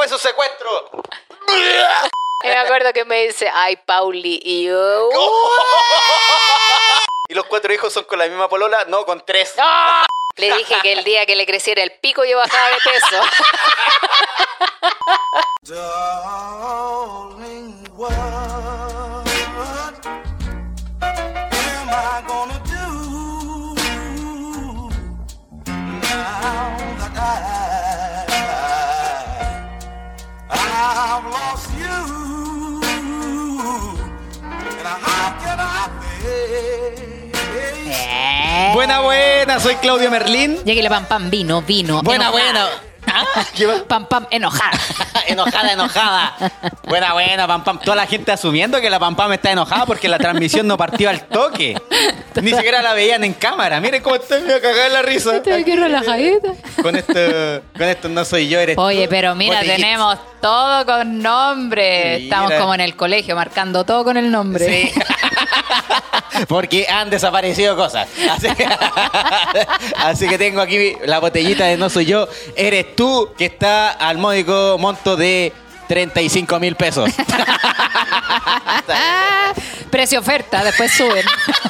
fue su secuestro. Y me acuerdo que me dice, ay, Pauli, y yo... ¿Y los 4 hijos son con la misma polola? No, con 3. ¡Oh! Le dije que el día que le creciera el pico yo bajaba de peso. Darling, what am I gonna do now that I've lost you? And how can I pay? Buena, soy Claudio Merlín. Ya que la pam vino. Buena. ¿Qué va? Pam, enojada. enojada. Buena, Pam. Toda la gente asumiendo que la Pam está enojada porque la transmisión no partió al toque. Ni siquiera la veían en cámara. Miren cómo estoy, me voy a cagar la risa. Estoy aquí relajadita. Con esto no soy yo, eres tú. Oye, pero mira, Botellita. tenemos todo con nombre. Mira. Estamos como en el colegio, marcando todo con el nombre. Sí. Porque han desaparecido cosas. Así que tengo aquí la botellita de No Soy Yo, Eres Tú, que está al módico monto de 35,000 pesos. Precio oferta, después suben.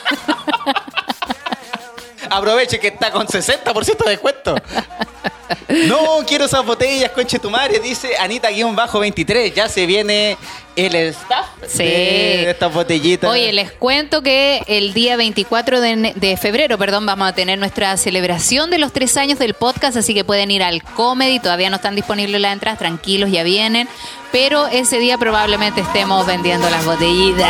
Aproveche que está con 60% de descuento. No, quiero esas botellas, conche tu madre, dice Anita-23. Ya se viene el staff de estas botellitas. Oye, les cuento que el día 24 de febrero, vamos a tener nuestra celebración de los 3 años del podcast, así que pueden ir al Comedy. Todavía no están disponibles las entradas, tranquilos, ya vienen. Pero ese día probablemente estemos vendiendo las botellitas.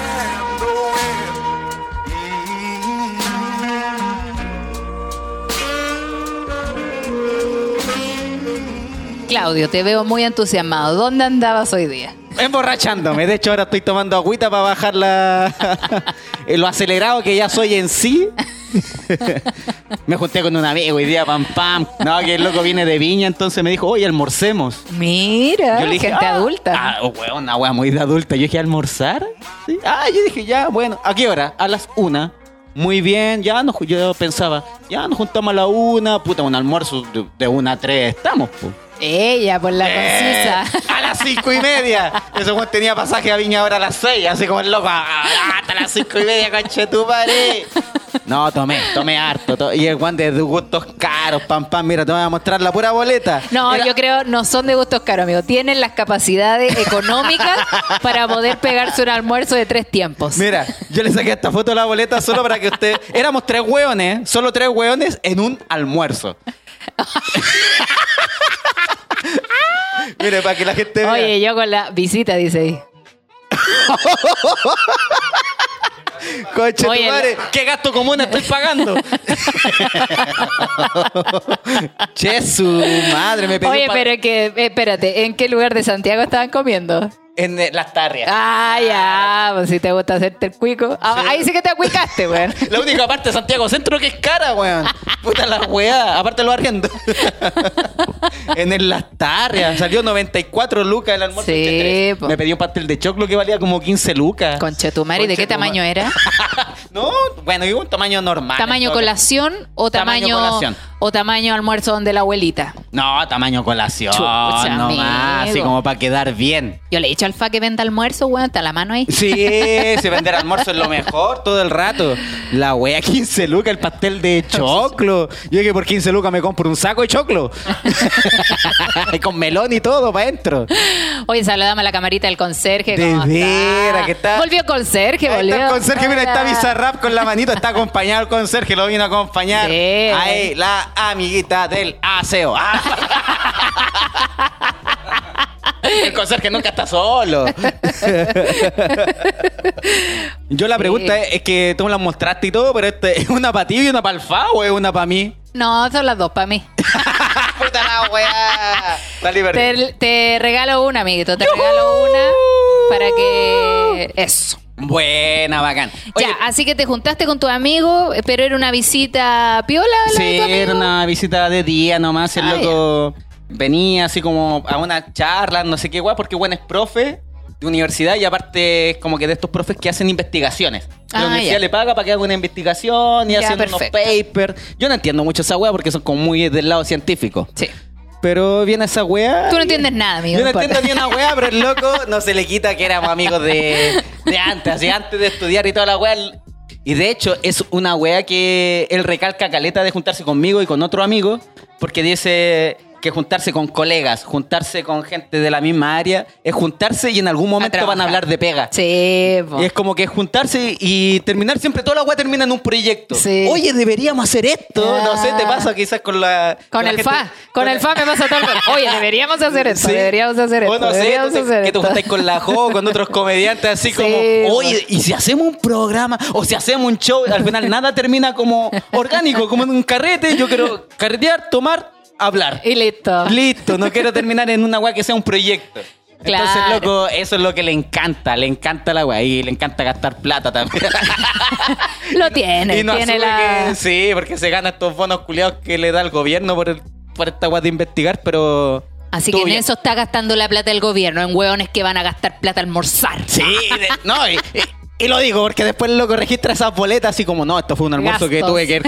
Claudio, te veo muy entusiasmado. ¿Dónde andabas hoy día? Emborrachándome. De hecho, ahora estoy tomando agüita para bajar lo acelerado que ya soy en sí. Me junté con un amigo hoy día, pam. No, que el loco viene de Viña, entonces me dijo, oye, almorcemos. Mira, Yo le dije, gente adulta. Una wea muy de adulta. Yo dije, ¿almorzar? ¿Sí? Yo dije, ya, bueno. ¿A qué hora? A las 1. Muy bien, yo pensaba, ya nos juntamos a la 1, puta, un almuerzo de 1 a 3 estamos, pues. Ella, por la concisa. A las 5:30. Ese weón tenía pasaje a Viña ahora a las 6. Así como el loco. Hasta las 5:30, conche tu padre. No, tomé harto. Y el weón de gustos caros, pam. Mira, te voy a mostrar la pura boleta. No, yo creo no son de gustos caros, amigo. Tienen las capacidades económicas para poder pegarse un almuerzo de 3 tiempos. Mira, yo le saqué esta foto a la boleta solo para que usted... Éramos 3 hueones, solo 3 hueones en un almuerzo. Mire, para que la gente vea. Oye, yo con la visita, dice ahí. Conche tu madre, ¿qué gasto común estoy pagando? Che, su madre, me pedí. Oye, pero que, espérate, ¿en qué lugar de Santiago estaban comiendo? En Las Tarrias. Ya, pues si te gusta hacerte el cuico. Ahí sí que te acuicaste, weón. La única parte de Santiago Centro que es cara, weón. Puta la weá, aparte lo arriendo. En el Las Tarrias, salió 94 lucas el almuerzo. Sí, me pedí un pastel de choclo que valía como 15 lucas. Conchetumare, ¿y de qué tamaño era? No, bueno, digo un tamaño normal. ¿Tamaño colación o tamaño colación? O tamaño almuerzo donde la abuelita. No, tamaño colación. Chucha, No más, así amigo. como para quedar bien. Yo le he dicho al Fa que venda almuerzo, weón, está la mano ahí. Sí, si vender almuerzo es lo mejor todo el rato. La wea 15 lucas, el pastel de choclo. Yo dije por 15 lucas me compro un saco de choclo. Con melón y todo para adentro. Oye, saludamos a la camarita del conserje. De ¿cómo veras, está? que está. Volvió el conserje, Ahí volvió. está el conserje, mira, ahí está Hola. Bizarrap con la manito, está acompañado el conserje, lo vino a acompañar. Sí. Ahí, la amiguita del aseo. El conserje nunca está solo. Yo la pregunta es que tú me la mostraste y todo, pero ¿es una para ti y una para el Fa o es una para mí? No, son las dos para mí. Puta la weá. Está divertido. Te regalo una, amiguito. Te regalo una para que... Eso. Buena, bacán. Oye, Ya, así que te juntaste con tu amigo, pero era una visita piola, ¿la sí, de tu amigo? era una visita de día nomás. El loco venía así como a una charla, no sé qué guay, porque bueno, es profe de universidad y aparte es como que de estos profes que hacen investigaciones. La universidad le paga para que haga una investigación y Ya, hacen perfecto. unos papers. Yo no entiendo mucho esa weá porque son como muy del lado científico. Sí. Pero viene esa weá. Tú no entiendes nada, amigo. Yo no importa. entiendo ni una weá, pero el loco no se le quita que éramos amigos de antes, así antes de estudiar y toda la weá. Y de hecho, es una weá que él recalca caleta de juntarse conmigo y con otro amigo, porque dice que juntarse con colegas, juntarse con gente de la misma área, es juntarse y en algún momento van a trabajar. hablar de pega. Sí, po. Y es como que juntarse y terminar siempre, toda la weá termina en un proyecto. Sí. Oye, deberíamos hacer esto. No sé, te pasa quizás con la... Con la el gente- FA. Con el FA me pasa todo el rato. Oye, deberíamos hacer esto. Sí. Deberíamos hacer esto. O no sé, deberíamos entonces, hacer que te esto. juntáis con la Jo, con otros comediantes, así Sí, como, po. oye, ¿y si hacemos un programa? O si hacemos un show, al final nada termina como orgánico, como en un carrete. Yo quiero carretear, tomar, hablar. Y listo. Listo, no quiero terminar en una weá que sea un proyecto. Entonces, Claro. loco, eso es lo que le encanta la weá. Y le encanta gastar plata también. Lo tiene. Y no tiene asume la... que- sí, porque se gana estos bonos culiados que le da el gobierno por esta weá de investigar, pero... Así tú que en bien. eso está gastando la plata del gobierno, en hueones que van a gastar plata al almorzar. Sí, no, y lo digo porque después el loco registra esas boletas así como, no, esto fue un almuerzo que Gastos. tuve que ir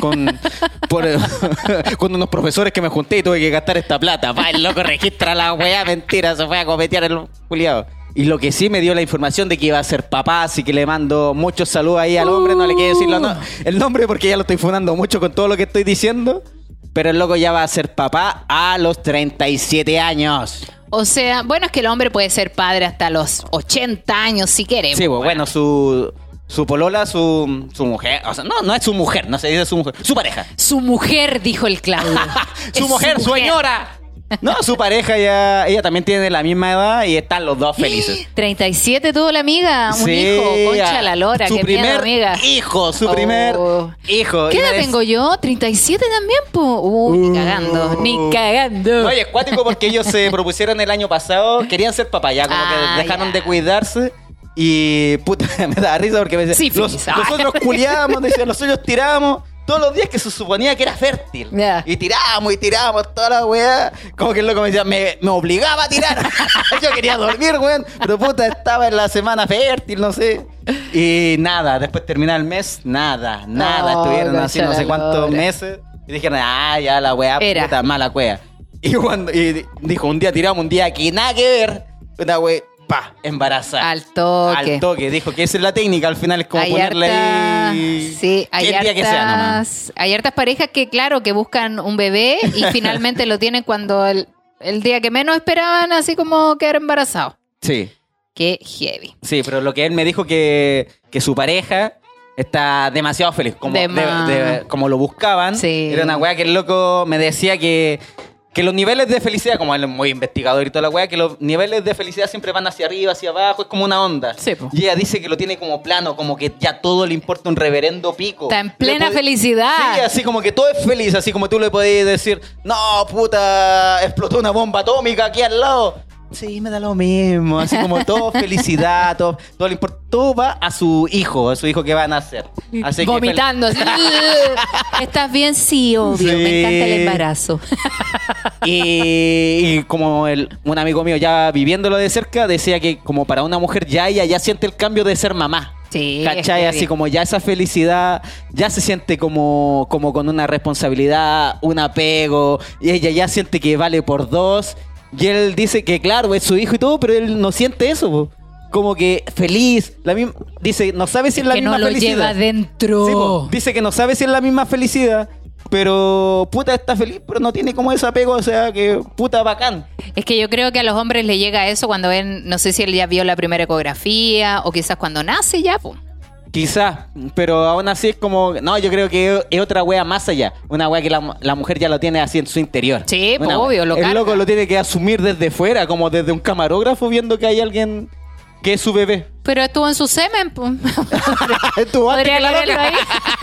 con unos profesores que me junté y tuve que gastar esta plata. Va, el loco registra la weá, mentira, se fue a cometear el culiado. Y lo que sí me dio la información de que iba a ser papá, así que le mando muchos saludos ahí al hombre, no le quiero decir el nombre porque ya lo estoy fundando mucho con todo lo que estoy diciendo. Pero el loco ya va a ser papá a los 37 años. O sea, bueno, es que el hombre puede ser padre hasta los 80 años si quiere. Sí, bueno, su polola, su mujer, o sea, no es su mujer, no se dice su mujer, su pareja. Su mujer, dijo el Claudio. Su Es mujer, su señora. No, su pareja ella también tiene la misma edad y están los dos felices. 37 tuvo la amiga, un Sí, hijo, concha la lora, su qué miedo, primer amiga. hijo, su Oh. primer hijo. ¿Qué Y edad me tengo yo? 37 también, po. Ni cagando, ni cagando. No, y es cuático porque ellos se propusieron el año pasado, querían ser papá, ya como Ah, que dejaron ya. de cuidarse. Y puta, me da risa porque me decía, Sífilis. nosotros culiábamos, decían, nosotros tirábamos todos los días que se suponía que era fértil. Ya. Y tirábamos toda la weá. Como que el loco me decía, me obligaba a tirar. Yo quería dormir, weón. Pero puta, estaba en la semana fértil, no sé. Y nada, después terminaba el mes, nada. Oh, Estuvieron así no sé concha la cuántos lora. meses. Y dijeron, ya la weá, Era. puta, mala cueva. Y dijo, un día tiramos, un día que nada que ver. Una weá, embarazada. Al toque. Al toque. Dijo que esa es la técnica, al final es como ponerle ahí. Sí, hay el día que sea nomás. hay hartas parejas que, claro, que buscan un bebé y finalmente lo tienen cuando el día que menos esperaban, así como quedar embarazados. Sí. Qué heavy. Sí, pero lo que él me dijo que su pareja está demasiado feliz. Como, como lo buscaban. Sí. Era una weá que el loco me decía que los niveles de felicidad, como él es muy investigador y toda la weá, que los niveles de felicidad siempre van hacia arriba, hacia abajo, es como una onda. Sí, po. Y ella dice que lo tiene como plano, como que ya todo le importa un reverendo pico. Está en plena Le pod- felicidad. Sí, así como que todo es feliz, así como tú le podés decir, no, puta, explotó una bomba atómica aquí al lado. Sí, me da lo mismo, así como todo felicidad, todo le importa, todo va a su hijo que va a nacer. Así que Vomitando. así. ¿Estás bien? Sí, obvio. Sí. Me encanta el embarazo. Y como un amigo mío ya viviéndolo de cerca decía que como para una mujer ella ya siente el cambio de ser mamá. Sí, ¿Cachai? es Así heavy. como ya esa felicidad ya se siente como con una responsabilidad, un apego, y ella ya siente que vale por dos. Y él dice que claro, es su hijo y todo, pero él no siente eso, po. Como que feliz, dice, no sabe si es la que misma no lo felicidad. lleva dentro. Sí, po. Dice que no sabe si es la misma felicidad, pero puta está feliz, pero no tiene como ese apego, o sea, que puta bacán. Es que yo creo que a los hombres les llega eso cuando ven, no sé si él ya vio la primera ecografía o quizás cuando nace ya, pum. Quizás, pero aún así es como, no, yo creo que es otra wea más allá, una wea que la mujer ya lo tiene así en su interior. Sí, pues, Una wea. obvio, lo El carga. loco lo tiene que asumir desde fuera, como desde un camarógrafo viendo que hay alguien que es su bebé. Pero estuvo en su semen, pum. Estuvo antes Podría que la leerlo loca. ahí.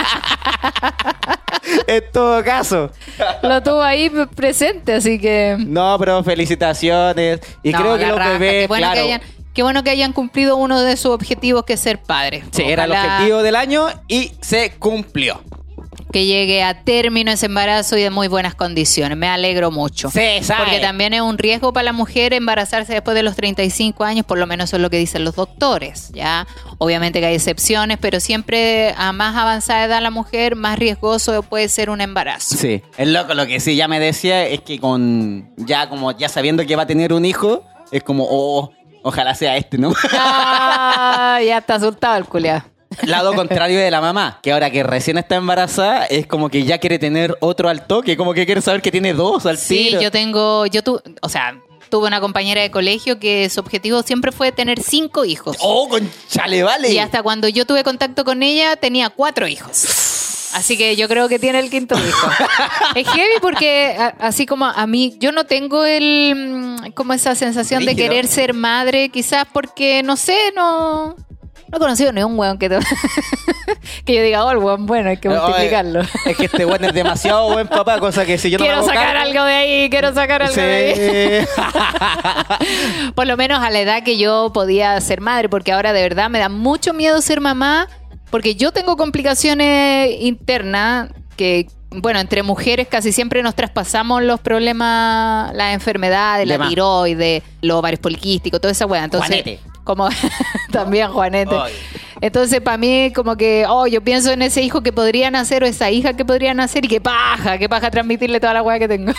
En todo caso. Lo tuvo ahí presente, así que... No, pero felicitaciones. Y No, creo que la los raja. bebés, claro. Qué bueno que hayan cumplido uno de sus objetivos, que es ser padre. Sí, era el Ojalá- objetivo del año y se cumplió. que llegue a término ese embarazo y de muy buenas condiciones. Me alegro mucho. Sí, ¿sabe? Porque también es un riesgo para la mujer embarazarse después de los 35 años, por lo menos eso es lo que dicen los doctores, ¿ya? Obviamente que hay excepciones, pero siempre a más avanzada edad la mujer, más riesgoso puede ser un embarazo. Sí, es loco lo que sí ya me decía es que ya sabiendo que va a tener un hijo, es como, ojalá sea este, ¿no? Ah, ya está asustado el culiao. Lado contrario de la mamá, que ahora que recién está embarazada, es como que ya quiere tener otro al toque, como que quiere saber que tiene dos al Sí, tiro. tuve una compañera de colegio que su objetivo siempre fue tener 5 hijos. ¡Oh, conchale, vale! Y hasta cuando yo tuve contacto con ella, tenía 4 hijos. Así que yo creo que tiene el 5º hijo. Es heavy porque, así como a mí, yo no tengo como esa sensación de Rígido. querer ser madre, quizás porque, no sé, no he conocido ni un weón que yo diga, el weón bueno, hay que multiplicarlo. Es que este weón es demasiado buen papá, cosa que si yo no Quiero me hago sacar cargo- algo de ahí, quiero sacar algo de ahí. Sí. Por lo menos a la edad que yo podía ser madre, porque ahora de verdad me da mucho miedo ser mamá, porque yo tengo complicaciones internas que, bueno, entre mujeres casi siempre nos traspasamos los problemas, las enfermedades, De la más. tiroides, los ovarios poliquísticos, toda esa weá. Entonces, Juanete. como también Juanete. Ay. Entonces, para mí, como que, yo pienso en ese hijo que podría nacer o esa hija que podría nacer y qué paja transmitirle toda la weá que tengo.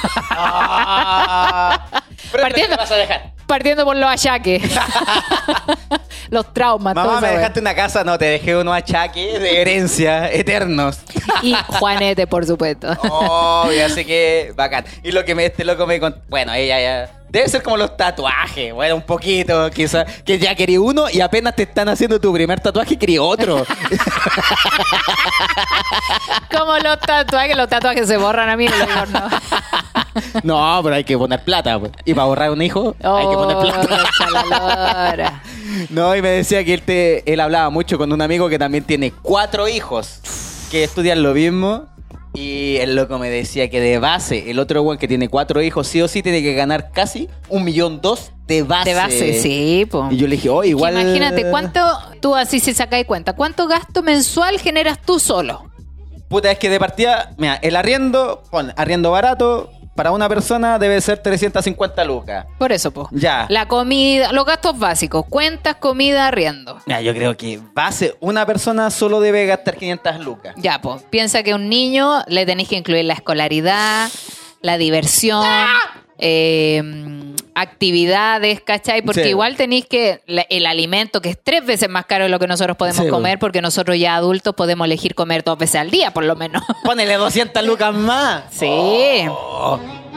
Pero Partiendo- ¿qué vas a dejar? Partiendo por los achaques. Los traumas. Mamá, toda me esa dejaste una casa, no, te dejé unos achaques de herencia eternos. weá. Y Juanete, por supuesto. Obvio, así que bacán. Y lo que este loco me contó, bueno, ella ya... Debe ser como los tatuajes, bueno, un poquito, quizás, que ya querí uno y apenas te están haciendo tu primer tatuaje, querí otro. Como los tatuajes se borran a mí, no lo digo, no. No, pero hay que poner plata, pues. Y para borrar un hijo, hay que poner plata. Chalalora. No, y me decía que él hablaba mucho con un amigo que también tiene 4 hijos que estudian lo mismo. Y el loco me decía que de base, el otro güey que tiene 4 hijos, sí o sí tiene que ganar casi 1,2 millones de base. De base, sí, po. Y yo le dije, igual... Imagínate, tú así se sacáis cuenta, ¿cuánto gasto mensual generas tú solo? Puta, es que de partida, mira, el arriendo, arriendo barato, para una persona debe ser 350 lucas. Por eso, po. Ya. La comida, los gastos básicos, cuentas, comida, arriendo. Mira, yo creo que base, una persona solo debe gastar 500 lucas. Ya, pues, piensa que a un niño le tenéis que incluir la escolaridad, la diversión, actividades, ¿cachai? Porque Sí. igual tenéis que el alimento, que es 3 veces más caro de lo que nosotros podemos Sí, comer, porque nosotros ya adultos podemos elegir comer 2 veces al día, por lo menos. Ponele 200 lucas más. Sí. Oh.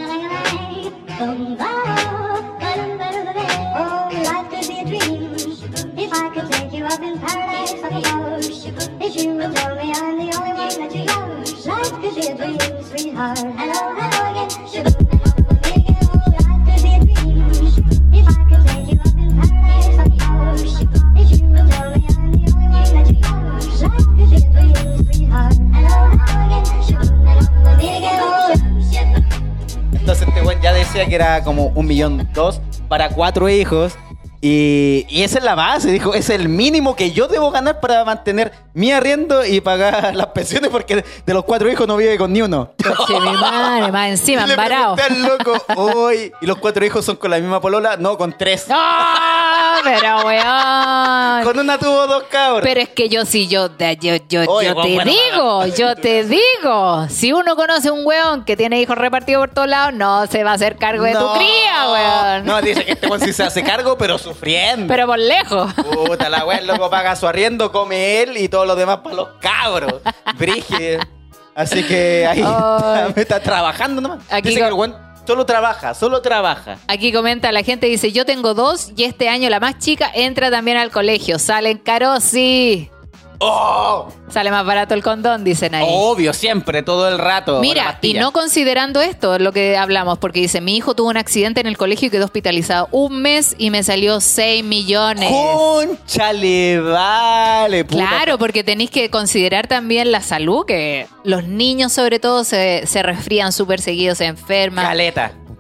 Entonces este güey ya decía que era como 1,2 millones para 4 hijos. Y esa es la base, dijo, es el mínimo que yo debo ganar para mantener mi arriendo y pagar las pensiones porque de los 4 hijos no vive con ni uno. Coche, mi madre, más encima, Y le embarado. pregunté al loco, hoy, ¿y los 4 hijos son con la misma polola? No, con 3. ¡No! Pero, weón. Con una tuvo 2 cabros. Pero es que yo Oye, yo te digo, si uno conoce un weón que tiene hijos repartidos por todos lados, no se va a hacer cargo de tu cría, weón. No, dice que este weón sí se hace cargo, pero sufriendo. Pero por lejos. Puta, la weá, el loco paga su arriendo, come él y todo lo demás para los cabros. Brígido. Así que ahí Ay. está trabajando nomás. Aquí Dice que con- el weón solo trabaja. Aquí comenta la gente, dice, yo tengo 2 y este año la más chica entra también al colegio. Salen caros, sí. ¡Oh! Sale más barato el condón, dicen ahí. Obvio, siempre, todo el rato. la Mira, y pastilla. no considerando esto, lo que hablamos, porque dice, mi hijo tuvo un accidente en el colegio y quedó hospitalizado 1 mes y me salió 6 millones. ¡Cónchale, vale! Puta. Claro, porque tenéis que considerar también la salud, que los niños sobre todo se resfrían súper seguidos, se enferman. Caleta.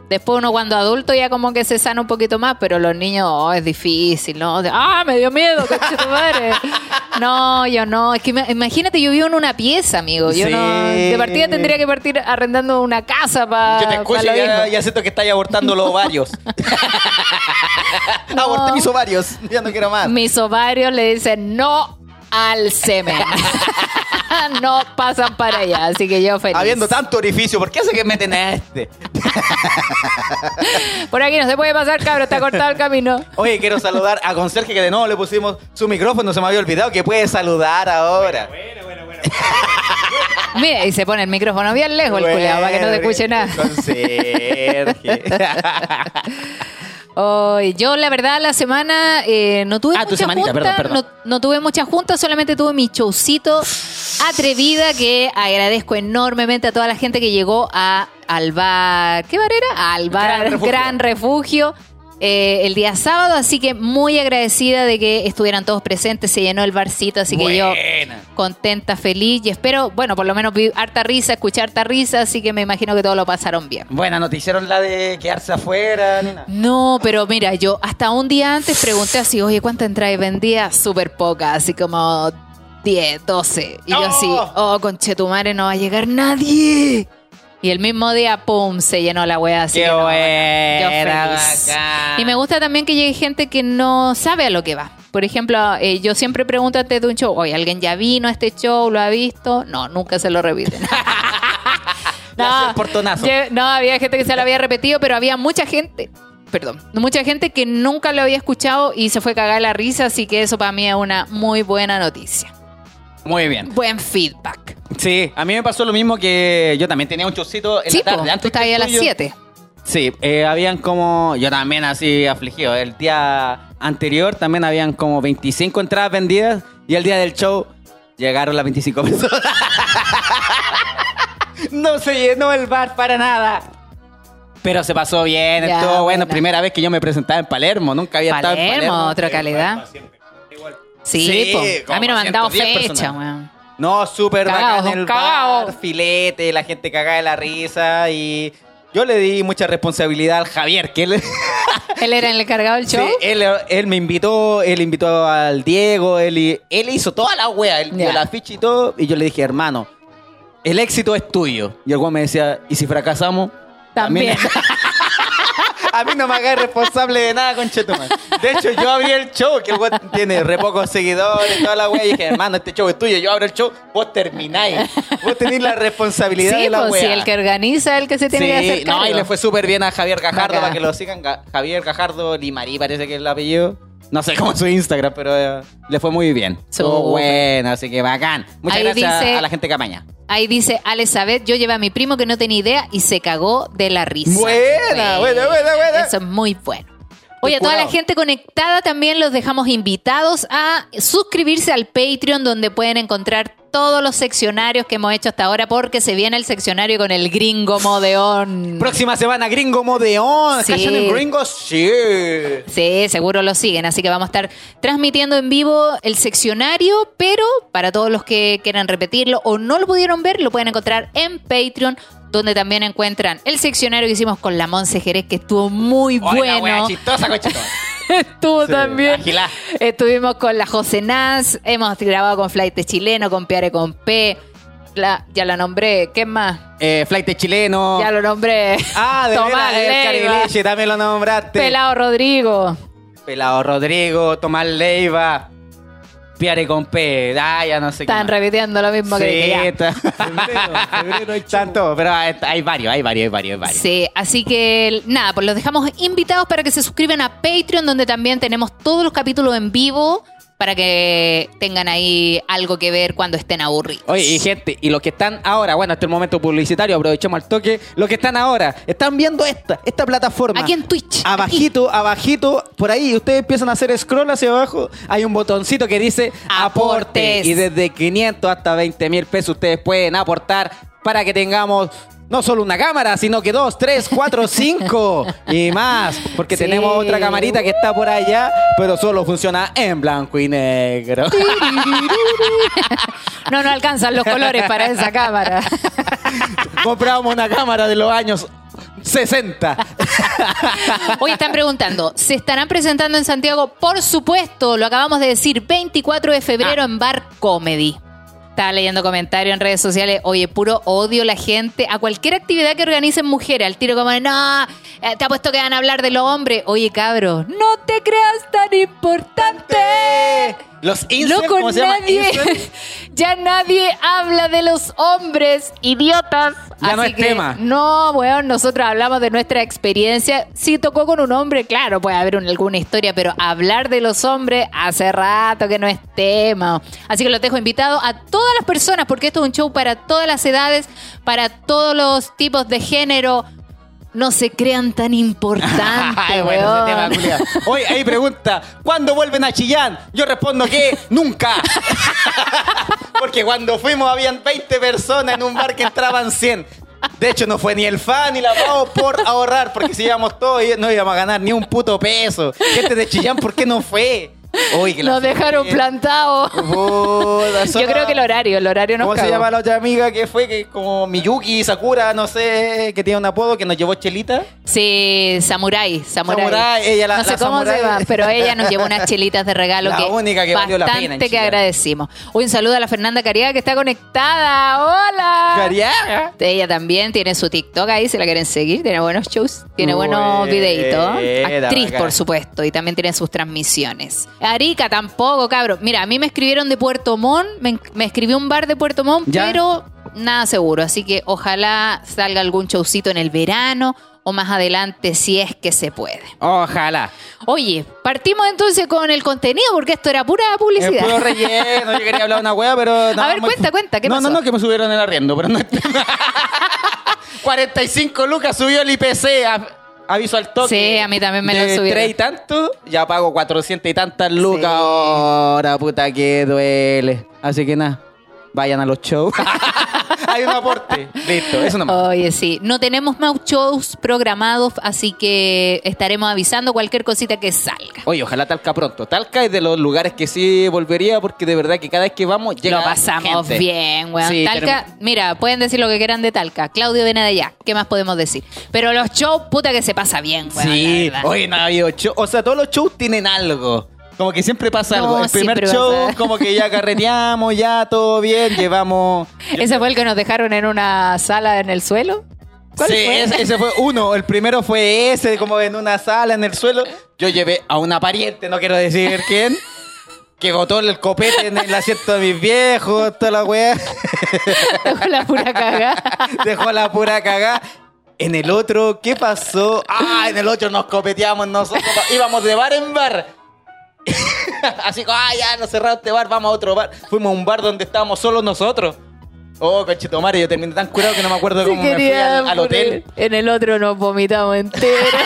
Después uno cuando adulto ya como que se sana un poquito más, pero los niños, es difícil, ¿no? Me dio miedo, coche tu madre. No, yo no. Es que imagínate, yo vivo en una pieza, amigo. Yo Sí. no. De partida tendría que partir arrendando una casa para. Yo te escucho y ya siento que estáis abortando los ovarios. No. Aborté mis ovarios, ya no quiero más. Mis ovarios le dicen no al semen. No pasan para allá, así que yo feliz. Habiendo tanto orificio, ¿por qué hace que meten a este? Por aquí no se puede pasar, cabrón, está cortado el camino. Oye, quiero saludar a Conserje, que de nuevo le pusimos su micrófono, se me había olvidado que puede saludar ahora. Mira, y se pone el micrófono bien lejos el culeado para que no se escuche nada. Conserje. Yo la verdad la semana no tuve tu muchas semanita, juntas, perdón. no tuve muchas juntas, solamente tuve mi showcito atrevida que agradezco enormemente a toda la gente que llegó al bar, ¿qué bar era? Al bar Gran Refugio el día sábado, así que muy agradecida de que estuvieran todos presentes, se llenó el barcito, así que yo contenta, feliz y espero, bueno, por lo menos vi harta risa, escuché harta risa, así que me imagino que todos lo pasaron bien. Buena, ¿no te hicieron la de quedarse afuera ni nada? No, pero mira, yo hasta un día antes pregunté así, oye, ¿cuántas entradas vendía? Súper pocas, así como 10, 12. Y yo así, conchetumare, no va a llegar nadie. Y el mismo día, pum, se llenó la wea. Así ¡Qué que no, buena, yo feliz. bacán! Y me gusta también que llegue gente que no sabe a lo que va. Por ejemplo, yo siempre pregunto antes de un show, oye, ¿alguien ya vino a este show? ¿Lo ha visto? No, nunca se lo repiten. No, el portonazo. No, había gente que se lo había repetido, pero había mucha gente que nunca lo había escuchado y se fue a cagar la risa, así que eso para mí es una muy buena noticia. Muy bien. Buen feedback. Sí, a mí me pasó lo mismo, que yo también tenía un showcito en Sí, la tarde. tú estabas ahí a las 7. Sí, habían como... Yo también así afligido. El día anterior también habían como 25 entradas vendidas y el día del show llegaron las 25 personas. No se llenó el bar para nada. Pero se pasó bien, Ya, estuvo bueno. buena. Primera vez que yo me presentaba en Palermo. Nunca había estado en Palermo. otra calidad. Sí, Sí, po. A mí no me han dado 110 fecha, personas. weón. No, súper Cagados, bacán el cagados. bar, filete, la gente cagada de la risa y yo le di mucha responsabilidad al Javier, que él... ¿Él era el encargado del show? Sí, él me invitó, él invitó al Diego, él hizo toda la wea, él dio Ya. la ficha y todo, y yo le dije, hermano, el éxito es tuyo. Y el güey me decía, ¿y si fracasamos? También. A mí no me hagas responsable de nada, conchetuman. De hecho, yo abrí el show, que el güey tiene re pocos seguidores y toda la wea, y dije, hermano, este show es tuyo, yo abro el show, vos termináis. Vos tenés la responsabilidad Sí, de la pues wea. si el que organiza es el que se tiene que hacer cargo. No, y le fue súper bien a Javier Gajardo, Bacán. para que lo sigan. Javier Gajardo Limarí parece que es el apellido. No sé cómo es su Instagram, pero le fue muy bien. Estuvo Súper. bueno, así que bacán. Muchas Ahí gracias dice- a la gente que amaña. Ahí dice Elizabeth, yo llevé a mi primo que no tenía idea y se cagó de la risa. Buena. Eso es muy bueno. Oye, a toda la curado. gente conectada también los dejamos invitados a suscribirse al Patreon, donde pueden encontrar todos los seccionarios que hemos hecho hasta ahora, porque se viene el seccionario con el Gringo Modeón. Próxima semana, Gringo Modeón. Sí. ¿Cachan el Gringo? Sí. Sí, seguro lo siguen, así que vamos a estar transmitiendo en vivo el seccionario, pero para todos los que quieran repetirlo o no lo pudieron ver, lo pueden encontrar en Patreon, donde también encuentran el seccionario que hicimos con la Monse Jerez, que estuvo muy Oye, la wea bueno. chistosa, conchetuman. Estuvo Sí, también. agilá. Estuvimos con la José Naz, hemos grabado con Flight Chileno, con Piare con P. Ya la nombré, ¿qué más? Flight chileno. Ya lo nombré. Ah, de Tomás veras, el Leiva, Carileche también lo nombraste. Pelado Rodrigo. Pelado Rodrigo, Tomás Leiva, Piare con P. Ya no sé Están qué más. repitiendo lo mismo que ya. está. Febrero hay tanto, pero hay varios. Sí, así que nada, pues los dejamos invitados para que se suscriban a Patreon, donde también tenemos todos los capítulos en vivo para que tengan ahí algo que ver cuando estén aburridos. Oye, y gente, y los que están ahora, bueno, este es el momento publicitario, aprovechemos al toque. Los que están ahora, están viendo esta plataforma. Aquí en Twitch. Abajito, por ahí, ustedes empiezan a hacer scroll hacia abajo, hay un botoncito que dice aporte. Aportes. Y desde 500 hasta 20,000 pesos ustedes pueden aportar para que tengamos no solo una cámara, sino que 2, 3, 4, 5 y más. Porque Sí. tenemos otra camarita que está por allá, pero solo funciona en blanco y negro. No alcanzan los colores para esa cámara. Compramos una cámara de los años 60. Hoy están preguntando, ¿se estarán presentando en Santiago? Por supuesto, lo acabamos de decir, 24 de febrero en Bar Comedy. Estaba leyendo comentarios en redes sociales. Oye, puro odio la gente a cualquier actividad que organicen mujeres. Al tiro como, no, te apuesto que van a hablar de los hombres. Oye, cabros, no te creas tan importante. Los incel, Loco, ¿cómo se llama? nadie, Incel. ya nadie habla de los hombres, idiotas. Ya no Así es que, tema. no, weón, nosotros hablamos de nuestra experiencia. Si tocó con un hombre, claro, puede haber alguna historia, pero hablar de los hombres hace rato que no es tema. Así que los dejo invitados a todas las personas, porque esto es un show para todas las edades, para todos los tipos de género. No se crean tan importantes, Ay, bueno, ese tema, weón. culiao. Oye, ahí pregunta, ¿cuándo vuelven a Chillán? Yo respondo que nunca. Porque cuando fuimos habían 20 personas en un bar que entraban 100. De hecho, no fue ni el fan ni la pavo por ahorrar, porque si íbamos todos no íbamos a ganar ni un puto peso. Gente de Chillán, ¿por qué no fue? Uy, que Nos dejaron plantados. Yo creo que el horario nos ¿Cómo se cagó. llama la otra amiga que fue? Que como Miyuki, Sakura, no sé, que tiene un apodo, que nos llevó chelita. Sí, Samurai. Ella la no sé la cómo Samurai. se llama, pero ella nos llevó unas chelitas de regalo La que única que valió la bastante pena en que Chillán. agradecimos. Hoy un saludo a la Fernanda Cariaga que está conectada. ¡Hola! Cariaga. Ella también tiene su TikTok ahí, si la quieren seguir. Tiene buenos shows, tiene buenos Buena, videitos. Actriz, bacán. por supuesto, y también tiene sus transmisiones. Arica tampoco, cabrón. Mira, a mí me escribieron de Puerto Montt, me escribió un bar de Puerto Montt, ¿Ya? pero nada seguro. Así que ojalá salga algún showcito en el verano o más adelante si es que se puede. Ojalá. Oye, partimos entonces con el contenido porque esto era pura Es publicidad. puro relleno, yo quería hablar una hueá, pero... A ver, cuenta, ¿qué no, pasó? No, que me subieron el arriendo, pero no... 45 lucas subió el IPC, aviso al toque. Sí, a mí también me lo de subieron. 3 y tanto, ya pago 400 y tantas lucas. Sí. Ahora, puta que duele. Así que nada, vayan a los shows. Hay un aporte. Listo, eso nomás. Oye, sí. No tenemos más shows programados, así que estaremos avisando cualquier cosita que salga. Oye, ojalá Talca pronto. Talca es de los lugares que sí volvería porque de verdad que cada vez que vamos llega Lo pasamos gente. bien, weón. Sí, Talca, mira, pueden decir lo que quieran de Talca. Claudio viene de allá. ¿Qué más podemos decir? Pero los shows, puta que se pasa bien, weón. Sí, la verdad. oye, no ha habido show. O sea, todos los shows tienen algo. Como que siempre pasa No, algo. El primer siempre show, pasa. como que ya carreteamos, ya todo bien, llevamos. ¿Ese fue el que nos dejaron en una sala en el suelo? ¿Cuál Sí, fue? ese fue uno. El primero fue ese, como en una sala en el suelo. Yo llevé a una pariente, no quiero decir quién, que botó el copete en el asiento de mis viejos, toda la weá. Dejó la pura cagada. Dejó la pura cagá. En el otro, ¿qué pasó? Ah, en el otro nos copeteamos nosotros. Íbamos de bar en bar. Así como, ya nos cerraron este bar, vamos a otro bar. Fuimos a un bar donde estábamos solo nosotros. Oh, conchetumare, yo terminé tan curado que no me acuerdo cómo me fui al hotel. En el otro nos vomitamos entera.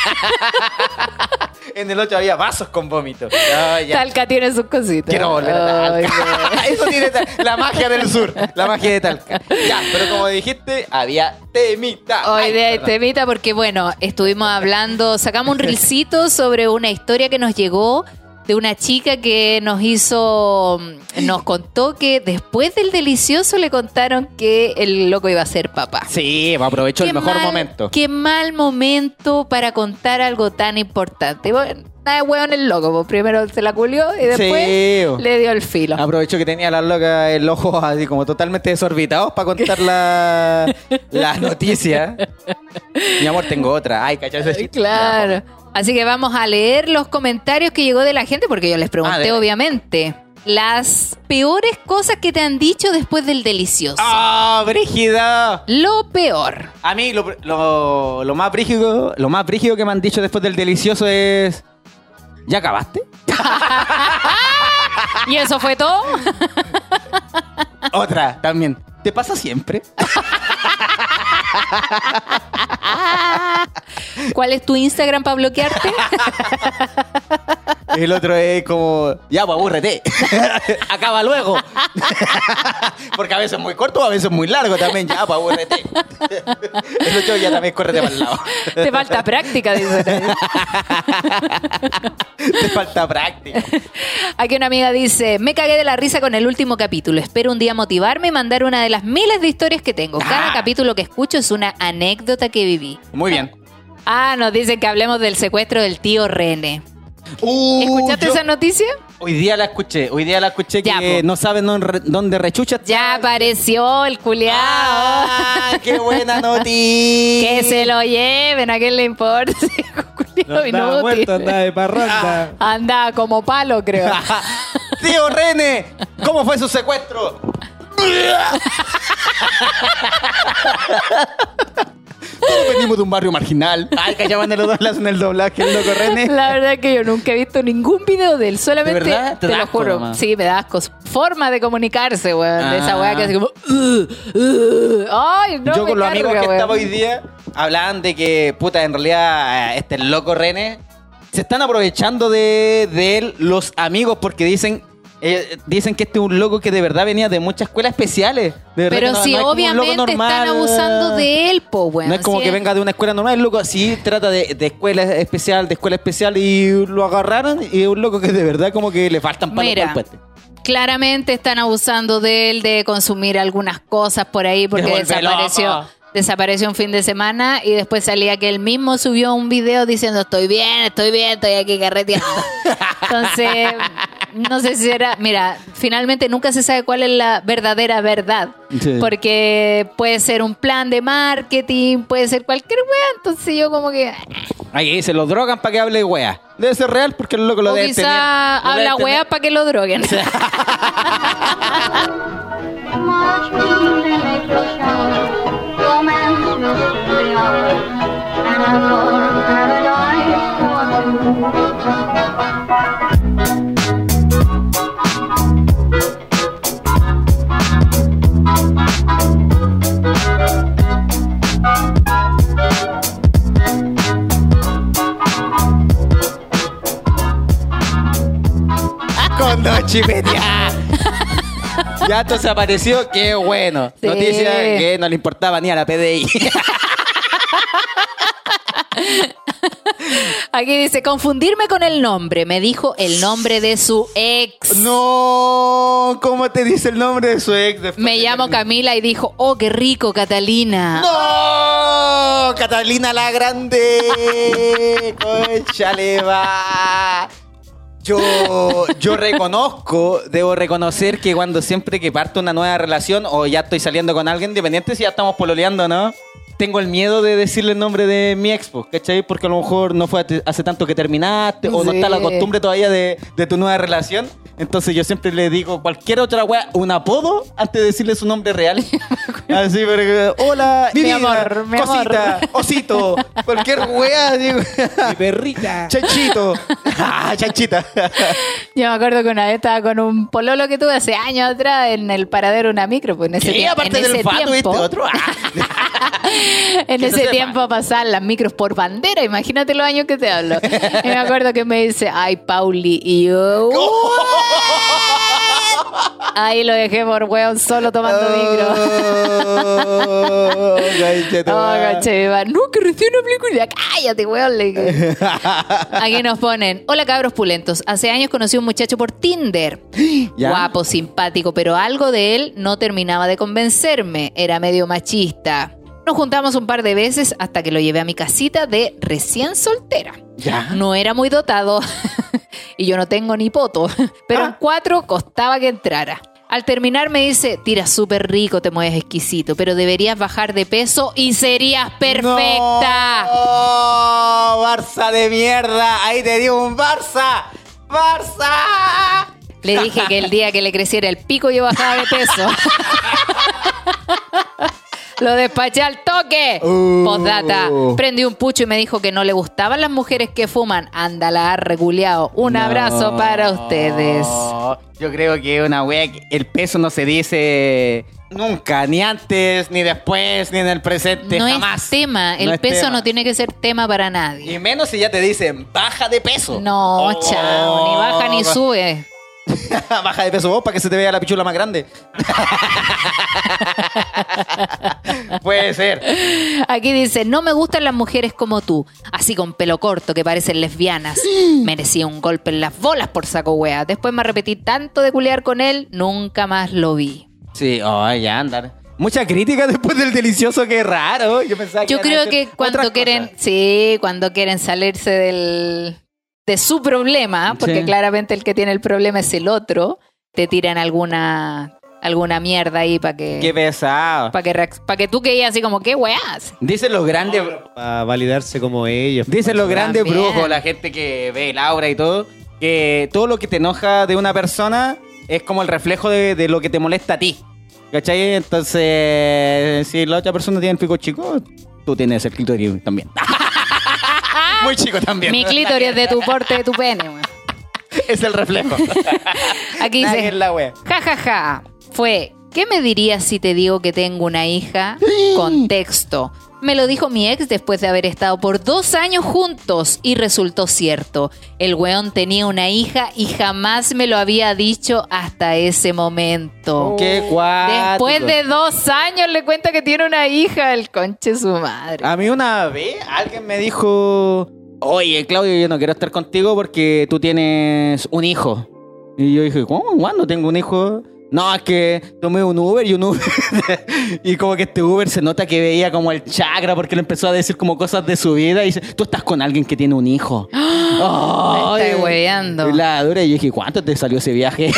En el otro había vasos con vómito. Ah, ya. Talca tiene sus cositas. Quiero volver a Ay, Talca. Eso tiene la magia del sur, la magia de Talca. Ya, pero como dijiste, había temita. Hoy Ay, de perdón. temita porque, bueno, estuvimos hablando, sacamos un reelcito sobre una historia que nos llegó de una chica que nos contó que después del delicioso le contaron que el loco iba a ser papá. Sí, aprovechó el mejor momento. Qué mal momento para contar algo tan importante. Bueno, nada de hueón el loco, pues primero se la culió y después Sí. le dio el filo. Aprovechó que tenía la loca el ojo así como totalmente desorbitados para contar la noticia. Mi amor, tengo otra. Ay, ¿cachai ese chiste? Claro. Así que vamos a leer los comentarios que llegó de la gente, porque yo les pregunté, dale. obviamente, las peores cosas que te han dicho después del delicioso. ¡Ah, brígida! Lo peor. A mí lo más brígido que me han dicho después del delicioso es... ¿Ya acabaste? ¿Y eso fue todo? Otra también. ¿Te pasa siempre? ¿Cuál es tu Instagram para bloquearte? El otro es como, ya, pues abúrrete. Acaba luego. Porque a veces es muy corto, a veces es muy largo también. Ya, pues abúrrete. El otro ya también córrete para el lado. Te falta práctica, dice. Te falta práctica. Aquí una amiga dice, me cagué de la risa con el último capítulo. Espero un día motivarme y mandar una de las miles de historias que tengo. Cada capítulo que escucho es una anécdota que viví. Muy bien. Nos dicen que hablemos del secuestro del tío René. ¿Escuchaste esa noticia? Hoy día la escuché Ya, que po. no saben dónde rechucha. Ya apareció el culiao. ¡Qué buena noticia! Que se lo lleven, ¿a quién le importa? Culiao Andaba inútil. muerto, andaba de parranda. Anda como palo, creo. Tío René, ¿cómo fue su secuestro? Todos venimos de un barrio marginal. Ay, que llaman de los dos en el doblaje, el loco René. La verdad es que yo nunca he visto ningún video de él. Solamente, ¿De verdad? ¿Te te da lo asco, juro. nomás? Sí, me da asco. Forma de comunicarse, weón. De esa weá que hace como... Ay, no, Yo me con los amigos carga, que weón. estaba hoy día hablaban de que, puta, en realidad este loco René se están aprovechando de él los amigos porque dicen que este es un loco que de verdad venía de muchas escuelas especiales. De verdad Pero que no, si no es como un loco obviamente normal. están abusando de él, po, weón. No es como Sí, que venga de una escuela normal, el loco sí trata de escuela especial y lo agarraron y es un loco que de verdad como que le faltan palos Mira, para el puente. claramente están abusando de él, de consumir algunas cosas por ahí porque Se vuelve desapareció. loco. Desapareció un fin de semana y después salía que él mismo subió un video diciendo estoy bien, estoy aquí carreteando. Entonces, no sé si era... Mira, finalmente nunca se sabe cuál es la verdadera verdad. Sí. Porque puede ser un plan de marketing, puede ser cualquier wea. Entonces yo como que... Ahí se lo drogan para que hable wea. Debe ser real porque el loco lo O debe quizá tener. Lo debe habla tener. wea para que lo droguen. March me and make you shower. Romance will soon be ours. And a floor paradise Con dos chipeteadas. Ya entonces apareció, qué bueno. Sí. Noticia que no le importaba ni a la PDI. Aquí dice, confundirme con el nombre. Me dijo el nombre de su ex. No, ¿cómo te dice el nombre de su ex? Después Me de llamo terminar? Camila y dijo, oh, qué rico, Catalina. ¡No! ¡Catalina la Grande! ¡Conchale, va! Yo debo reconocer que cuando siempre que parto una nueva relación o ya estoy saliendo con alguien, independiente si ya estamos pololeando o no, tengo el miedo de decirle el nombre de mi ex, ¿cachai? Porque a lo mejor no fue hace tanto que terminaste o no Sí. está la costumbre todavía de tu nueva relación. Entonces yo siempre le digo cualquier otra wea, un apodo antes de decirle su nombre real. Así, porque, hola, mi vida, amor, mi cosita, amor. osito, cualquier wea, digo. Mi perrita. Chanchito. Ah, chanchita. Yo me acuerdo que una vez estaba con un pololo que tuve hace años atrás en el paradero de una micro. Pues en ese, ¿Qué? Aparte en del ese fato, ¿viste? tiempo, Otro. Ah. en Que no ese sepa. tiempo pasaban las micros por bandera. Imagínate los años que te hablo. Y me acuerdo que me dice, ay, Pauli. Y yo, ahí lo dejé por weón solo tomando micro. Oh, conchito, Oh, va. caché, va. No, que recién hablé con ella. Cállate, weón. Le dije. Aquí nos ponen, hola cabros pulentos. Hace años conocí a un muchacho por Tinder. ¿Ya? Guapo, simpático, pero algo de él no terminaba de convencerme. Era medio machista. Nos juntamos un par de veces hasta que lo llevé a mi casita de recién soltera. ¿Ya? No era muy dotado y yo no tengo ni poto, pero en 4 costaba que entrara. Al terminar me dice, tiras súper rico, te mueves exquisito, pero deberías bajar de peso y serías perfecta. No, Barça de mierda. Ahí te dio un Barça. Barça. Le dije que el día que le creciera el pico yo bajaba de peso. Lo despaché al toque. Postdata. Prendí un pucho y me dijo que no le gustaban las mujeres que fuman. Ándala, reculeado. Un abrazo para ustedes. Yo creo que una wea, el peso no se dice Nunca, ni antes, ni después, ni en el presente, No jamás. es tema. El No es peso tema. no tiene que ser tema para nadie. Y menos si ya te dicen, baja de peso. No, Oh. chao. Ni baja ni sube. Baja de peso vos para que se te vea la pichula más grande. Puede ser. Aquí dice, no me gustan las mujeres como tú, así con pelo corto que parecen lesbianas. Merecía un golpe en las bolas por saco wea. Después me arrepentí tanto de culiar con él, nunca más lo vi. Sí, ya andar. Mucha crítica después del delicioso, qué raro. Yo pensaba que Yo iban a creo hacer que cuando otras quieren, cosas. sí, cuando quieren salirse de su problema, porque Sí. claramente el que tiene el problema es el otro, te tiran alguna mierda ahí para Qué que pesado. para que tú quedes así como, ¿qué weás? Dicen los grandes, Para validarse como ellos. dicen los grandes También. brujos, la gente que ve el aura y todo, que todo lo que te enoja de una persona es como el reflejo de lo que te molesta a ti. ¿Cachai? Entonces, si la otra persona tiene el pico chico, tú tienes el clítoris también. Muy chico también. Mi clítoris de tu porte, de tu pene, weón. Es el reflejo. Aquí Nadie dice, es la wea. ja, ja, ja, fue, ¿qué me dirías si te digo que tengo una hija? Contexto. Me lo dijo mi ex después de haber estado por 2 años juntos y resultó cierto. El weón tenía una hija y jamás me lo había dicho hasta ese momento. Qué cuático. Después de 2 años le cuenta que tiene una hija, el conche su madre. A mí una vez alguien me dijo, oye, Claudio, yo no quiero estar contigo porque tú tienes un hijo. Y yo dije, ¿cómo? ¿Cuándo tengo un hijo? No, es que tomé un Uber y como que este Uber se nota que veía como el chakra porque le empezó a decir como cosas de su vida y dice, tú estás con alguien que tiene un hijo. Me estáis hueveando. Y la dura, y yo dije, ¿cuánto te salió ese viaje?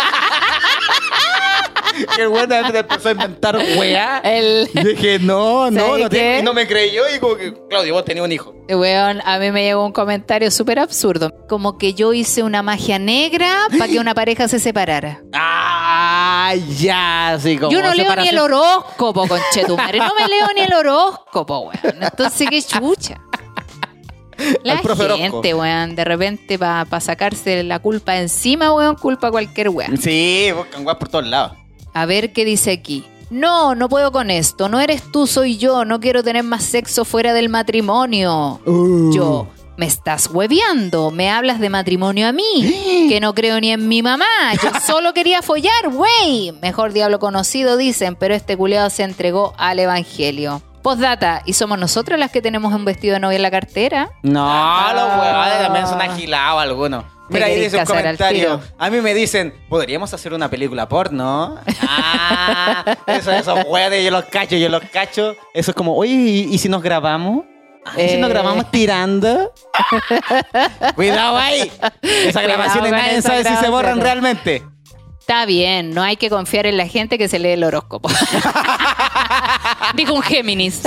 Que el bueno empezó a inventar weá. Y dije, no ¿Sabes qué? tengo. Y no me creyó y como que, Claudio, vos tenías un hijo. Weón, a mí me llegó un comentario súper absurdo. Como que yo hice una magia negra para que una pareja se separara. Ah, ya, sí, como Yo no leo ni separación. el horóscopo, conchetumare. No me leo ni el horóscopo, weón. Entonces, qué chucha. La Al profe gente, weón, de repente para sacarse la culpa encima, weón, culpa a cualquier weón. Sí, buscan weas por todos lados. A ver qué dice aquí. No, no puedo con esto. No eres tú, soy yo. No quiero tener más sexo fuera del matrimonio. Yo, me estás hueveando. Me hablas de matrimonio a mí, que no creo ni en mi mamá. Yo solo quería follar, güey. Mejor diablo conocido, dicen, pero este culiado se entregó al evangelio. Postdata, ¿y somos nosotras las que tenemos un vestido de novia en la cartera? No, los huevones también son agilados algunos. Mira, ahí querés dice un casar al comentario. tiro. A mí me dicen, ¿podríamos hacer una película porno? Ah, esos huevones, yo los cacho. Eso es como, oye, ¿y si nos grabamos? ¿Y si nos grabamos tirando? Cuidado ahí. Esas grabaciones con nadie esa sabe si se borran grabación. realmente. Está bien, no hay que confiar en la gente que se lee el horóscopo. Dijo un Géminis.